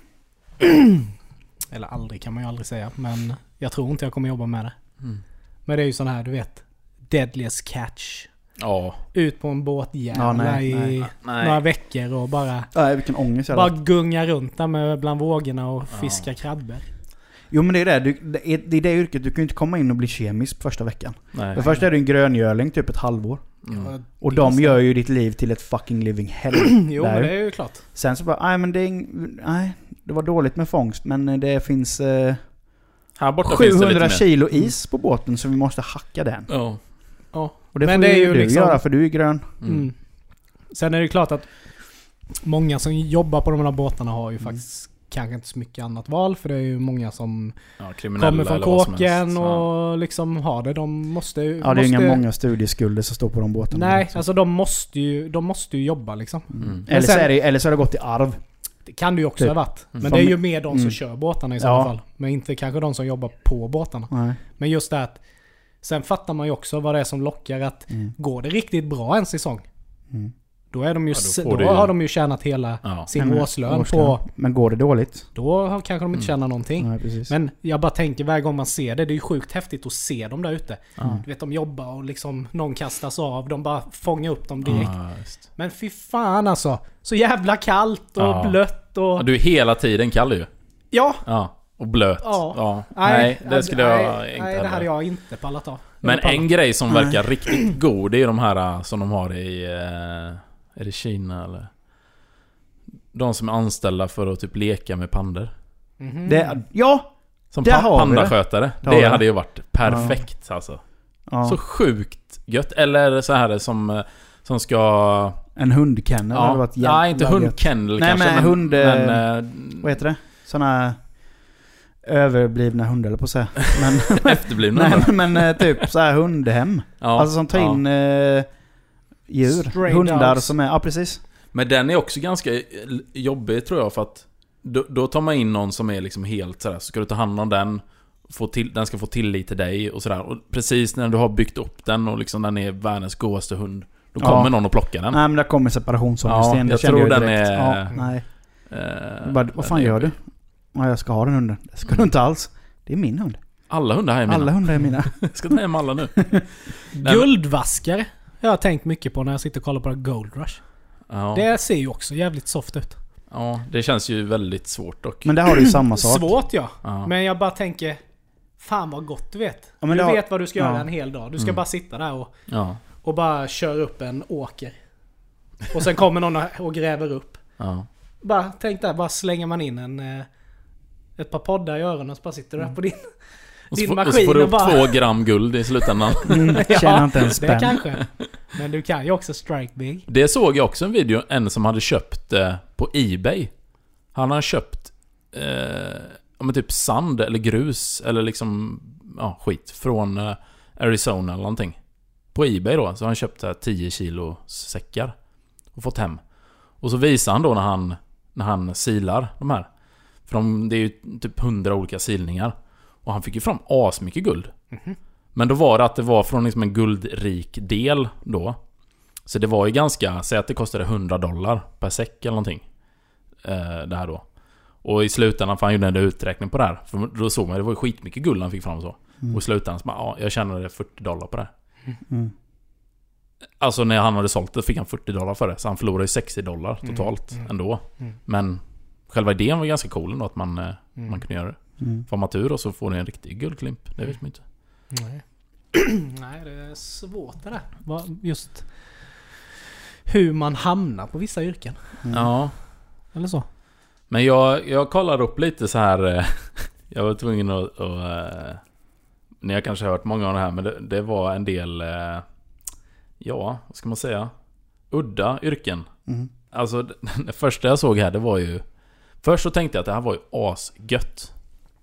Eller aldrig kan man ju aldrig säga. Men jag tror inte jag kommer jobba med det. Mm. Men det är ju sån här, du vet. Deadliest catch. Ja. Ut på en båtjävla Ja, nej, i nej. Nej. några veckor och bara, Nej, vilken ångest jag bara hade. gunga runt där med bland vågorna och Ja. fiska krabbor. Jo men det är det. Du, det, är, det är det yrket. Du kan ju inte komma in och bli kemisk på första veckan. Nej. För först är du en gröngörling typ ett halvår. Mm. Och de gör ju ditt liv till ett fucking living hell. Jo där. men det är ju klart. Sen så bara, nej men det är ing- nej, det var dåligt med fångst. Men det finns eh, Här borta finns det lite sjuhundra mer. kilo is på båten så vi måste hacka den. Ja. Ja. Och det Men får det är ju ju du liksom- göra för du är grön. Mm. Mm. Sen är det ju klart att många som jobbar på de här båtarna har ju Mm. faktiskt kanske inte så mycket annat val. För det är ju många som Ja, kriminella kommer från eller vad som kåken helst. Ja. och liksom har det. De måste ju... Ja, det är måste, inga många studieskulder som står på de båtarna. Nej, liksom. alltså de måste ju, de måste ju jobba liksom. Mm. Eller, sen- så är det, eller så har det gått i arv. Det kan det ju också Typ. ha varit. Men Mm. det är ju mer de som Mm. kör båtarna i så Ja. fall. Men inte kanske de som jobbar på båtarna. Nej. Men just det att sen fattar man ju också vad det är som lockar att Mm. går det riktigt bra en säsong, Mm. då, är de ju, Ja, då s- får då du ju- har de ju tjänat hela Ja. sin Nej, men- årslön årslön. på... Men går det dåligt? Då har- kanske de inte Mm. tjänar någonting. Nej, precis. Men jag bara tänker varje gång man ser det, det är ju sjukt häftigt att se dem där ute. Ja. Du vet, de jobbar och liksom någon kastas av, de bara fångar upp dem direkt. Ja, just. Men fy fan alltså, så jävla kallt och Ja. blött och... Ja, du är hela tiden kall ju. Ja! Ja. Och blöt. Ja. Ja. Nej, det skulle nej, jag nej, inte Nej, det hade heller. jag inte pallat av. Men Jag pallar. en grej som Nej. verkar riktigt god, det är de här äh, som de har i... eh, Är det Kina eller? De som är anställda för att typ leka med pandor. Mhm. Det, ja! Som Där pa- har vi det. pandaskötare. Där har vi Det det. hade ju varit perfekt alltså. ja. Så sjukt gött. Eller så här som, eh, som ska... En hundkennel hade Ja, varit jävla nej, inte gött. hundkennel Nej, kanske. men hund, eh, men, eh, Vad heter det? Såna överblivna hundar eller på att säga. Men, efterblivna. nej, men eh, typ så här hundhem. Ja, Alltså som tar ja. in eh, djur. Stray Hundar dogs. som är... Ja, precis. Men den är också ganska jobbig tror jag, för att då, då tar man in någon som är liksom helt sådär, så ska du ta hand om den, få till, den ska få tillit till dig och sådär. Och precis när du har byggt upp den och liksom den är världens godaste hund, då Ja. kommer någon och plockar den. Nej, men där kommer separationsångesten. Ja, det jag kände tror ju den direkt. är- Ja, nej. Eh, Bara, vad fan den är gör du? jobbig. Ja, jag ska ha den hunden. Det ska du inte alls. Det är min hund. Alla hundar här är mina. Alla hundar är mina. Jag ska ta hem alla nu. Guldvaskare jag har tänkt mycket på när jag sitter och kollar på Gold Rush. Ja, Det ser ju också jävligt soft ut. ja, det känns ju väldigt svårt dock. Men där har du ju samma sak. Svårt ja. Ja. Men jag bara tänker, fan vad gott du vet. Ja, men du det har- vet vad du ska ja. göra en hel dag. Du ska Mm. bara sitta där och, Ja, och bara köra upp en åker. Och sen kommer någon och gräver upp. ja. Bara tänk där, bara slänger man in en, eh, ett par poddar i öronen och så bara sitter du där på din Och så, Din får, och så maskin får du är upp bara- två gram guld i slutändan. Mm, tjänar inte en det spänn. kanske. Men du kan ju också strike big. Det såg jag också en video, en som hade köpt eh, på eBay. Han har köpt eh, om typ sand eller grus eller liksom ja, skit från eh, Arizona eller någonting. På eBay då, så har han köpt här, tio kilo säckar och fått hem. Och så visar han då när han när han silar de här. För de, det är ju typ hundra olika silningar. Och han fick ju fram asmycket guld. Mm-hmm. Men då var det att det var från liksom en guldrik del då. Så det var ju ganska, säg att det kostade hundra dollar per säck eller någonting. Eh, det här då. Och i slutändan får han ju en uträkning på det här. För då såg man, det var ju skitmycket guld han fick fram och så. Mm. Och i slutändan så bara, ja, jag tjänade fyrtio dollar på det. Mm. Alltså när han hade sålt det fick han fyrtio dollar för det. Så han förlorade ju sextio dollar totalt Mm, mm, ändå. mm. Men själva idén var ganska cool ändå, att man, eh, Mm. man kunde göra det. Mm. Får man tur och så får ni en riktig guldklimp. Det vet man inte. Nej. Nej, det är svårt det där. Vad- Just hur man hamnar på vissa yrken. Mm. Ja. Eller så. Men jag, jag kollar upp lite så här. eh, Jag var tvungen att, att eh, ni har kanske hört många av det här, men det, det var en del eh, ja, vad ska man säga, udda yrken. Mm. Alltså det, det första jag såg här, det var ju, först så tänkte jag att det här var ju asgött.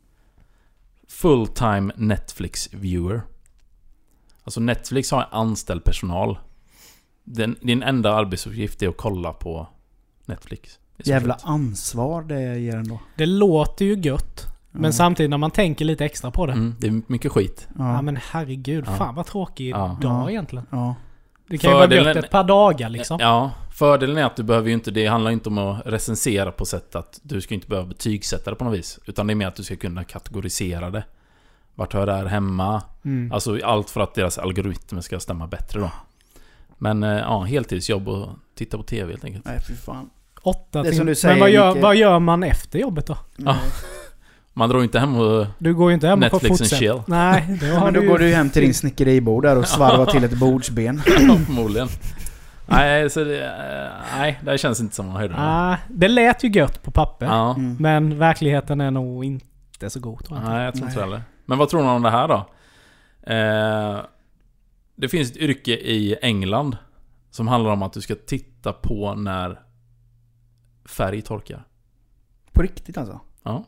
Full-time Netflix viewer. Alltså Netflix har anställd personal. Den, din enda arbetsuppgift är att kolla på Netflix. Det är så Jävla fett. ansvar det ger ändå. Det låter ju gött. Men Ja. samtidigt när man tänker lite extra på det. Mm, det är mycket skit. Ja, Ja. men herregud. Ja. Fan vad tråkig Ja. dag Ja. egentligen. Ja. Det kan ju vara Fördelen- gött ett par dagar liksom. Ja, fördelen är att du behöver ju inte, det handlar inte om att recensera på sätt att du ska inte behöva betygsätta det på något vis. Utan det är mer att du ska kunna kategorisera det. Vart hör det här hemma? Mm. Alltså allt för att deras algoritmer ska stämma bättre då. Men eh, ja, heltidsjobb och titta på tv helt enkelt. Nej, fy fan. Åtta Det är som timmar. du säger, Men vad gör, Micke. vad gör man efter jobbet då? Ja. Man drar ju inte hem och Du går ju inte hem och får Netflix and fortsätta. chill. Nej, det har Men då du går du hem till din snickeribord där och svarvar till ett bordsben. förmodligen. Nej, så det, eh, nej, det känns inte som en höjdare. Ah, det lät ju gött på papper. Ja. Mm. Men verkligheten är nog inte så god, tror jag. Nej, jag tror inte Nej. heller. Men vad tror ni om det här då? Eh, det finns ett yrke i England som handlar om att du ska titta på när färg torkar. På riktigt alltså? Ja.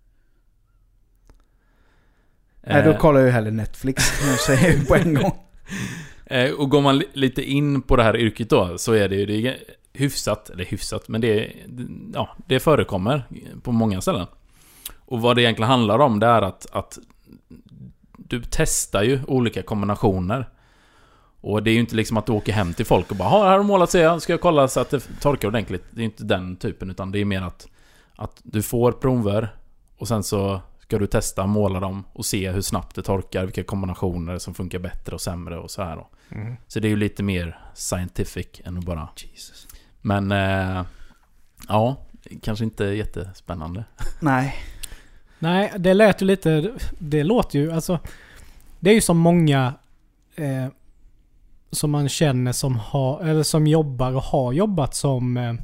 Nej, då Eh, kollar jag ju hellre Netflix. Nu säger jag på en gång. eh, och går man li- lite in på det här yrket då, så är det ju det är hyfsat, eller hyfsat, men det, ja, det förekommer på många ställen. Och vad det egentligen handlar om, det är att, att du testar ju olika kombinationer. Och det är ju inte liksom att du åker hem till folk och bara, ha, här har du målat, så jag ska jag kolla så att det torkar ordentligt. Det är inte den typen, utan det är mer att, att du får prover och sen så ska du testa, måla dem och se hur snabbt det torkar, vilka kombinationer som funkar bättre och sämre och så här då. Mm. Så det är ju lite mer scientific än att bara... Jesus. Men eh, ja, kanske inte jättespännande. Nej. Nej, det lät ju lite... Det låter ju... Alltså, det är ju som många eh, som man känner som har... Eller som jobbar och har jobbat som... Eh,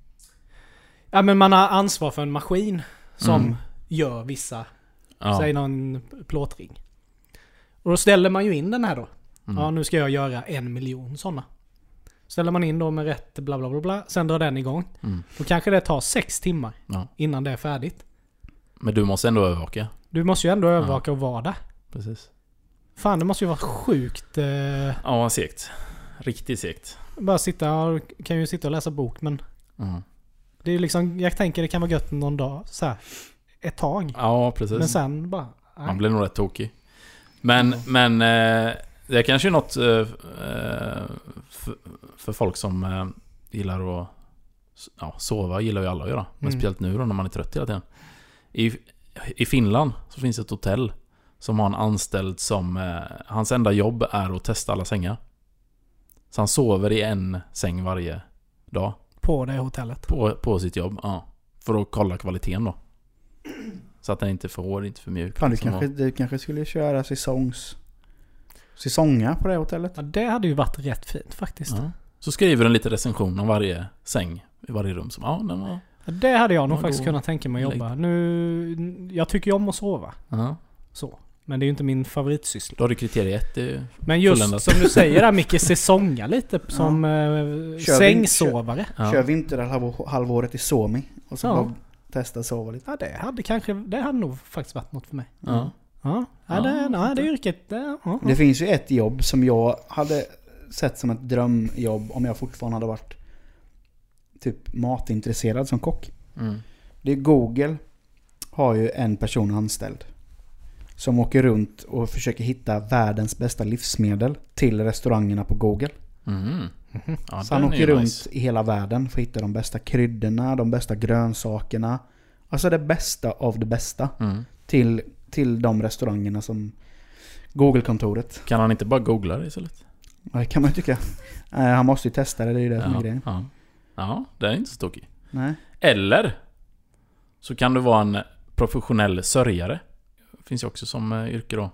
ja, men man har ansvar för en maskin som Mm. gör vissa... Ja. Säg någon plåtring. Och då ställer man ju in den här då. Mm. Ja, nu ska jag göra en miljon sådana. Ställer man in då med rätt bla bla bla bla. Sen drar den igång. Mm. Då kanske det tar sex timmar Ja. innan det är färdigt. Men du måste ändå övervaka. Du måste ju ändå övervaka och vara där. Precis. Fan, det måste ju vara sjukt. Eh, Ja, segt. Riktigt segt. bara sitta och kan ju sitta och läsa bok, men Mm. det är ju liksom, jag tänker det kan vara gött någon dag så här, ett tag. Ja, precis. Men sen bara... nej. Man blir nog rätt tokig. Men, men eh, det är kanske något eh, eh, för, för folk som eh, gillar att ja, sova, gillar ju alla att göra. Men Mm. speciellt nu då när man är trött hela tiden. I, I Finland så finns ett hotell som har en anställd som eh, hans enda jobb är att testa alla sängar. Så han sover i en säng varje dag På det hotellet. på, på sitt jobb. Ja, för att kolla kvaliteten då. Så att den inte är för hård, inte för mjuk. Fan, du Som kanske, du kanske skulle köra säsongs... Säsonga på det hotellet. Ja, det hade ju varit rätt fint faktiskt. Ja. Så skriver den lite recension om varje säng i varje rum. Som, ja, den var... Ja, det hade jag nog Ja, faktiskt då- kunnat tänka mig att jobba. Nu, jag tycker ju om att sova. Ja. Så. Men det är ju inte min favoritsyssla. Då har du kriterie ett. Det Men just fulländat. som du säger där, Micke, säsonga lite som ja. eh, sängsovare. Kör, kör vinterhalvåret i Suomi och så Ja. bara testa sova lite. Ja, det hade kanske, det hade nog faktiskt varit något för mig. Ja. Ja, ja, Ja, det, nej, det är yrket. Det, ja, Det finns ju ett jobb som jag hade sett som ett drömjobb om jag fortfarande hade varit typ matintresserad som kock. Mm. Det är Google har ju en person anställd som åker runt och försöker hitta världens bästa livsmedel till restaurangerna på Google. Mm. Ja, Så han den är åker ju runt nice. i hela världen för att hitta de bästa kryddorna, de bästa grönsakerna. Alltså det bästa av det bästa Mm. till, till de restaurangerna som Google-kontoret. Kan han inte bara googla det istället? Ja, det kan man ju tycka. Eh, han måste ju testa det, det är ju det som är Ja, grejen. ja. ja, det är inte så tokigt. Nej. Eller så kan du vara en professionell sörjare. Det finns ju också som uh, yrke då.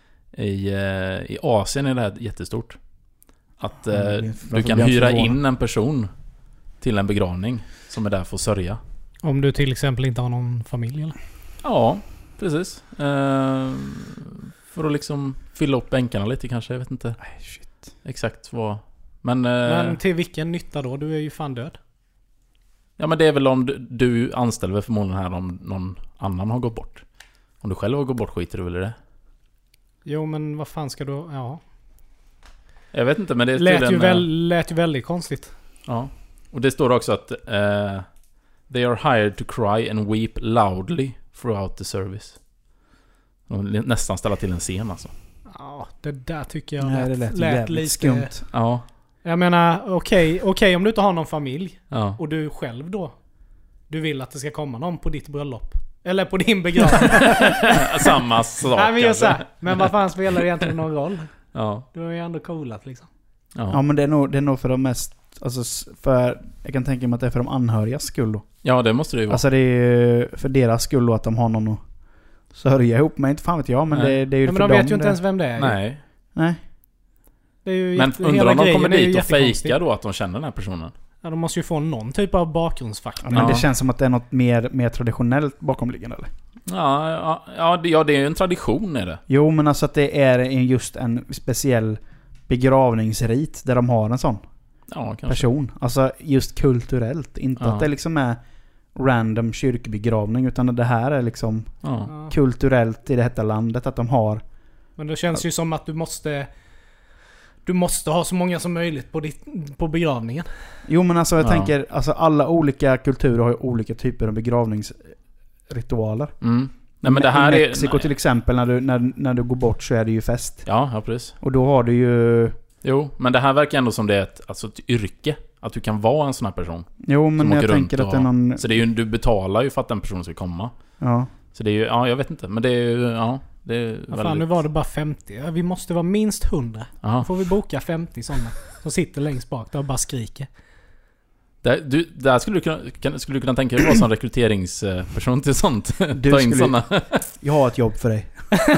I, uh, I Asien är det här jättestort. Att uh, Mm, du varför kan blir jag hyra förvånad? in en person till en begravning som är där för att sörja. Om du till exempel inte har någon familj eller? Ja, precis. Uh, för att liksom fylla upp bänkarna lite kanske, jag vet inte. Nej, shit. Exakt vad. Men, uh, Men till vilken nytta då? Du är ju fan död. ja, men det är väl om du, du anställer väl förmodligen här om någon annan har gått bort. Om du själv har gått bort skiter du väl i det? Jo, men vad fan ska du... Ja. Jag vet inte, men det är Lät ju, tydligen, väl, lät ju väldigt konstigt. Ja. Och det står också att uh, they are hired to cry and weep loudly throughout the service. De nästan ställa till en scen alltså. Ja, det där tycker jag Nej, lät, det lät, lät jävligt lite... skumt. Ja. Jag menar, okej okay, okay, om du inte har någon familj Ja. och du själv då, du vill att det ska komma någon på ditt bröllop. Eller på din begravning. Samma sak. Nej, men just så kanske. här. Men vad fan spelar det egentligen någon roll? Ja. Du har ju ändå coolat liksom. Ja. Ja, men det är nog, det är nog för de mest... Alltså s- för... Jag kan tänka mig att det är för de anhörigas skull då. ja, det måste det ju vara. Alltså det är ju för deras skull då att de har någon att sörja ihop med. Inte fan vet jag, men Nej. det, det är ju Ja, men för de dem vet ju inte det. ens vem det är. Nej. Nej. Det är ju Men jätte- undrar hela om de grejen kommer är ju dit och jättekonstig. fejkar då att de känner den här personen. Ja, de måste ju få någon typ av bakgrundsfakta. Ja, men Ja. det känns som att det är något mer, mer traditionellt bakomliggande eller? Ja, ja, ja, det, ja, det är ju en tradition är det. Jo, men alltså att det är en, just en speciell begravningsrit där de har en sån Ja, kanske. person. Alltså just kulturellt. Inte Ja. att det liksom är random kyrkbegravning, utan att det här är liksom Ja. Ja. kulturellt i det här landet att de har. Men det känns ju som att du måste... Du måste ha så många som möjligt på, ditt, på begravningen. Jo, men alltså jag Ja. tänker, alltså alla olika kulturer har ju olika typer av begravningsritualer. Mm. Nej, men det här I är... Mexiko nej. till exempel, när du, när, när du går bort så är det ju fest. Ja, ja, precis. Och då har du ju... Jo, men det här verkar ändå som det är ett, alltså ett yrke. Att du kan vara en sån här person. Jo, men Som jag åker tänker runt att det är och- någon... Så det är ju, du betalar ju för att den personen ska komma. Ja. Så det är ju, ja, jag vet inte. Men det är ju, ja, det är Ja, väldigt... fan, nu var det bara femtio. Ja, vi måste vara minst hundra. Då Aha. får vi boka femtio sådana. Som sitter längst bak där och bara skriker. Där, du, där skulle du kunna, kan, skulle du kunna tänka dig att vara som rekryteringsperson till sånt? Du Ta in skulle- såna. Jag har ett jobb för dig.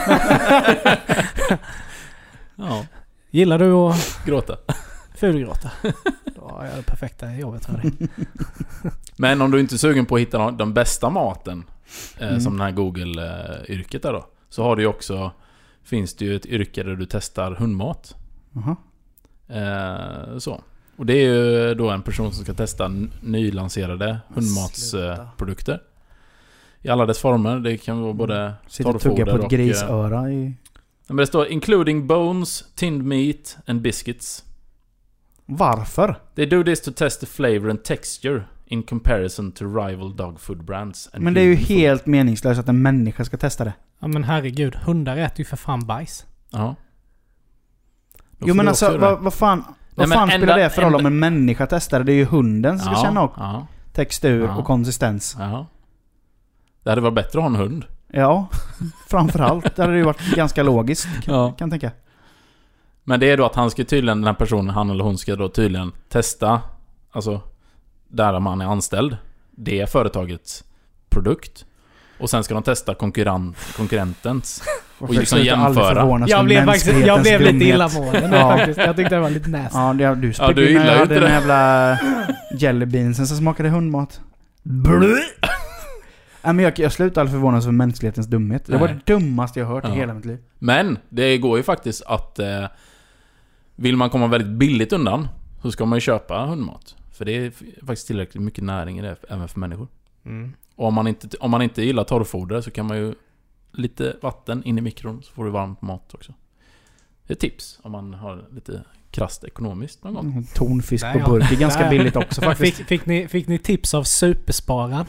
Ja, Gillar du att gråta. fulgråta? Då har jag det perfekta jobbet för dig. Men om du inte är sugen på att hitta den, den bästa maten eh, Mm. som den här Google-yrket där då, så har du ju också, finns det ju ett yrke där du testar hundmat. Jaha. Eh, så. Och det är ju då en person som ska testa n- nylanserade hundmatsprodukter. I alla dess former. Det kan vara både Sitter och tuggar på ett och, eh, grisöra i... men det står including bones, tinned meat and biscuits. Varför? They do this to test the flavor and texture in comparison to rival dog food brands. and Men det är ju human food. helt meningslöst att en människa ska testa det. Ja, men herregud, hundar äter ju för fan bajs. Ja. Då Jo, får men du alltså, också göra det. vad, vad fan... Vad men fan ända- spelar det för roll ända- om en människa testar det? Det är ju hunden som ska Ja, känna av ja, textur Ja. och konsistens. ja. Det hade varit bättre att ha en hund. Ja, framförallt. Det hade ju varit ganska logiskt, kan, Ja. kan jag tänka. Men det är då att han ska tydligen, den här personen, han eller hon ska då tydligen testa, alltså där man är anställd, det företagets produkt. Och sen ska de testa konkurrent, konkurrentens. Och liksom Sluta aldrig jämföra. förvånas Jag med blev, faktiskt, jag mänsklighetens blev lite dumhet. illamående Ja. faktiskt. Jag tyckte det var lite nasty. Ja, det, du Ja, du ja, gillar jag ju hade inte den det. jävla jellybeansen som smakade hundmat. Nej, men jag, jag slutar aldrig förvånas för mänsklighetens dumhet. Det Nej. var det dummaste jag hört Ja. i hela mitt liv. Men det går ju faktiskt att eh, vill man komma väldigt billigt undan så ska man ju köpa hundmat. För det är faktiskt tillräckligt mycket näring i det även för människor. Mm. Och om man inte, om man inte gillar torrfoder så kan man ju lite vatten in i mikron så får du varm mat också. Det är ett tips om man har lite krasst ekonomiskt någon gång. Mm, tonfisk Där, på ja. burk är ganska Där. billigt också faktiskt. Fick, fick, ni, fick ni tips av Supersparan?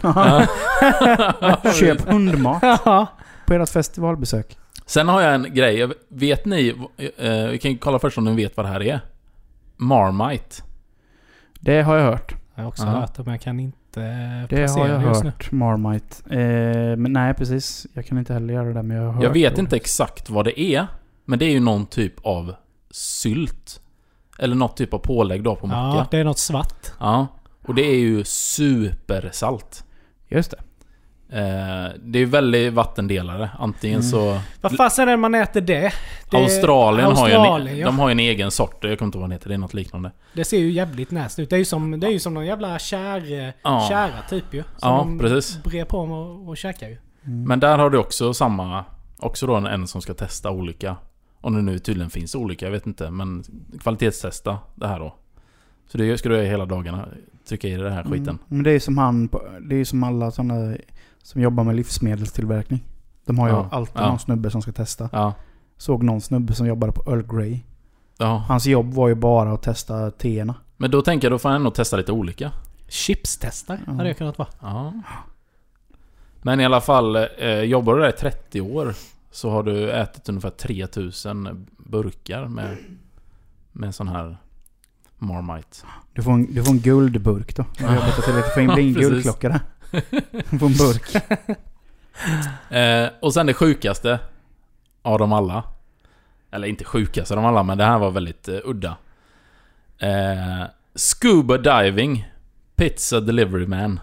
Köp hundmat Ja. på ert festivalbesök. Sen har jag en grej. Vet ni, eh, vi kan kolla först om ni vet vad det här är. Marmite. Det har jag hört. Jag har också Ja. hört det, men jag kan inte Det placera har jag det just hört. Marmite. Eh, men nej, precis. Jag kan inte heller göra det där, men jag har hört. Jag vet det. inte exakt vad det är, men det är ju någon typ av sylt. Eller något typ av pålägg då på nu. Ja, macka. det är något svart. Ja. Och det är ju supersalt. Just det. Eh, det är ju väldigt vattendelare. Antingen Mm. så... Vad fasen är det man äter det? det Australien, har ju en, Australien, ja. de har ju en egen sort. Jag kommer inte ihåg vad den heter. Det är något liknande. Det ser ju jävligt näst ut. Det är ju som, det är ju som någon jävla kär, Ja. kära typ ju. Som Ja, de precis. brer på med och, och käkar ju. Mm. Men där har du också samma... Också då en, en som ska testa olika. Om det nu tydligen finns olika, jag vet inte. Men kvalitetstesta det här då. Så det ska du göra hela dagarna. Trycka i det här skiten. Mm. Men det är ju som han, på- det är ju som alla sådana som jobbar med livsmedelstillverkning. De har ju Ja. alltid Ja. någon snubbe som ska testa. Ja. Såg någon snubbe som jobbade på Earl Grey. Ja. Hans jobb var ju bara att testa teerna. Men då tänker jag, då får jag ändå testa lite olika. Chipstestar Ja. hade det kunnat vara. Ja. Men i alla fall, eh, jobbar du där i trettio år så har du ätit ungefär tre tusen burkar med, med sån här Marmite. Du får en, du får en guldburk då. Jag har jobbat till lite för en bli en Precis. guldklocka där. Du får en burk. Eh, och sen det sjukaste av dem alla. Eller inte sjukaste av dem alla, men det här var väldigt eh, udda. Eh, scuba diving Pizza Delivery Man.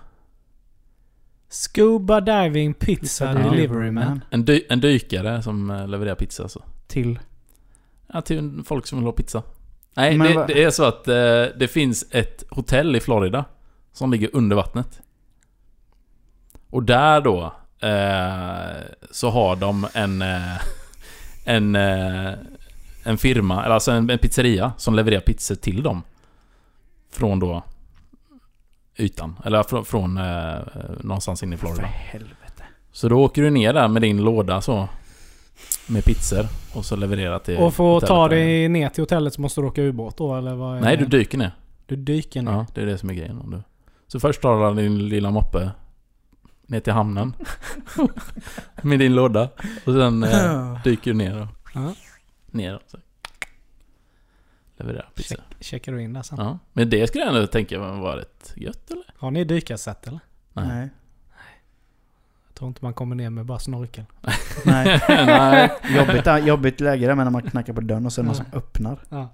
Scuba diving pizza Ja. delivery man. En, dy- en dykare som eh, levererar pizza alltså. Till. Ja, till folk som vill ha pizza. Nej, Men det, vad- det är så att eh, det finns ett hotell i Florida som ligger under vattnet. Och där då eh, så har de en eh, en eh, en firma, eller alltså en, en pizzeria som levererar pizzor till dem från då ytan, eller från, från eh, någonstans inne i För Florida. helvete. Så då åker du ner där med din låda så med pizzor och så levererar till Och för att ta hotellet där. dig ner till hotellet så måste du åka ubåt då, eller vad är Nej, det? du dyker ner. Du dyker ner. Ja, det är det som är grejen. Om du... Så först tar du din lilla moppe ner till hamnen med din låda och sen eh, dyker du ner och Ja. ner och så levererar pizza. Check, checkar du in där sen. Ja, men det skulle jag ändå tänka var rätt gött, eller? Har ni dykarsätt eller? Nej. Nej. Jag tror inte man kommer ner med bara snorkel. Nej. Nej. Jobbigt, där- jobbigt läge där när man knackar på dörren och sen någon som Ja. öppnar. Ja.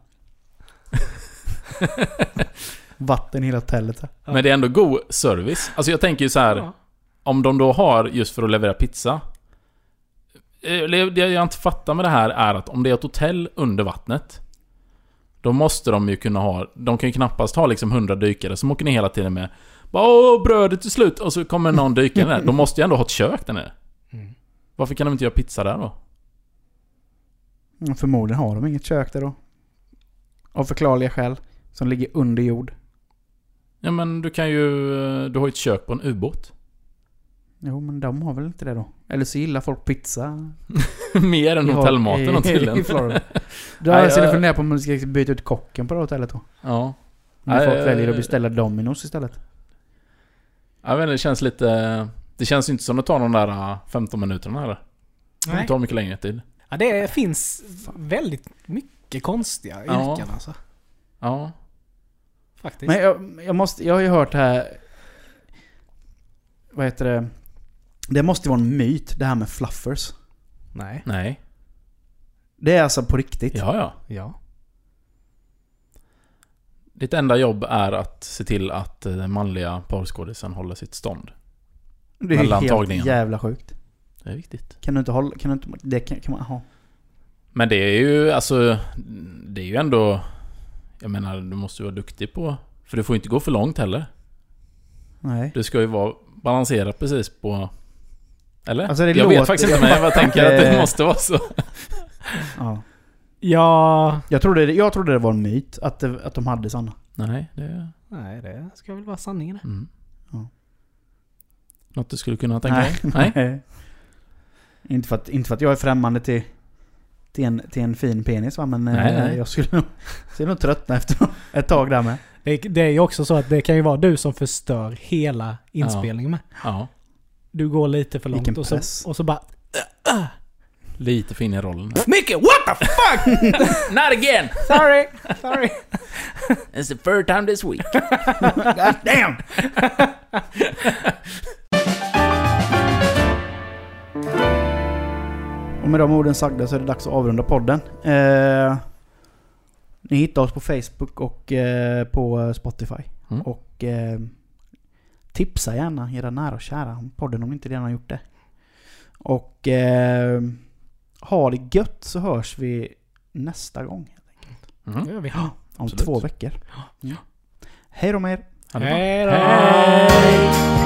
Vatten i hela hotellet här. Men det är ändå god service. Alltså jag tänker ju så här, Ja. om de då har just för att leverera pizza. eh, Det jag inte fattar med det här är att om det är ett hotell under vattnet, då måste de ju kunna ha, de kan ju knappast ha liksom hundra dykare som åker ner hela tiden med bara, åh, brödet till slut, och så kommer någon dykare där. De måste ju ändå ha ett kök där nere. Mm. Varför kan de inte göra pizza där då? Mm, Förmodligen har de inget kök där då. Av förklarliga skäl. Som ligger under jord. Ja, men du kan ju, du har ju ett kök på en ubåt. Jo, men de har väl inte det då. Eller så gillar folk pizza. Mer än i- hotellmaten i- och tydligen. i Florida. Då Nej, har jag jag- funderat på om man ska byta ut kocken på det hotellet då. Ja. När Nej, folk eh, väljer att beställa Domino's istället. Jag vet inte, det känns lite, det känns ju inte som det tar de där äh, femton minuterna här. Det Nej. tar mycket längre tid. Ja, det finns väldigt mycket konstiga Ja. yrken alltså. Ja. Faktiskt. Men jag, jag måste, jag har ju hört det här. Vad heter det? Det måste vara en myt, det här med fluffers. Nej. Nej. Det är alltså på riktigt. Ja, ja. Ja. Ditt enda jobb är att se till att eh, den manliga porrskådisen håller sitt stånd. Det är mellan helt tagningarna. jävla sjukt. Det är viktigt. Kan du inte hålla... Kan du inte, det kan, kan man ha. Men det är ju, alltså, det är ju ändå, jag menar, du måste ju vara duktig på, för du får inte gå för långt heller. Nej. Du ska ju vara balanserad precis på Eller? Alltså, det jag låter- vet faktiskt inte, men jag bara tänker att det måste vara så. Ja. Ja... Jag trodde, jag trodde det var en myt att, det, att de hade sådana. Nej, det... Nej, det ska väl vara sanningen. Mm. Ja. Något du skulle kunna tänka dig? Nej. Nej. Inte, för att, inte för att jag är främmande till, till, en, till en fin penis, va? Men Nej, eh, nej. jag skulle nog, skulle nog tröttna efter ett tag där med. Det, det är ju också så att det kan ju vara du som förstör hela inspelningen med. Ja. Du går lite för långt Vilken och press. så, och så bara... Lite fin i rollen. Micke, what the fuck? Not again! Sorry, sorry. It's the third time this week. God damn! Och med de orden sagda så är det dags att avrunda podden. Eh, ni hittar oss på Facebook och eh, på Spotify. Mm. Och eh, tipsa gärna era nära och kära om podden om ni inte redan har gjort det. Och eh, ha det gött, så hörs vi nästa gång. Helt enkelt. Mm. Det gör vi. Om Absolut. två veckor. Mm. Hej då med er! Ha det bra. Hej då! Hej!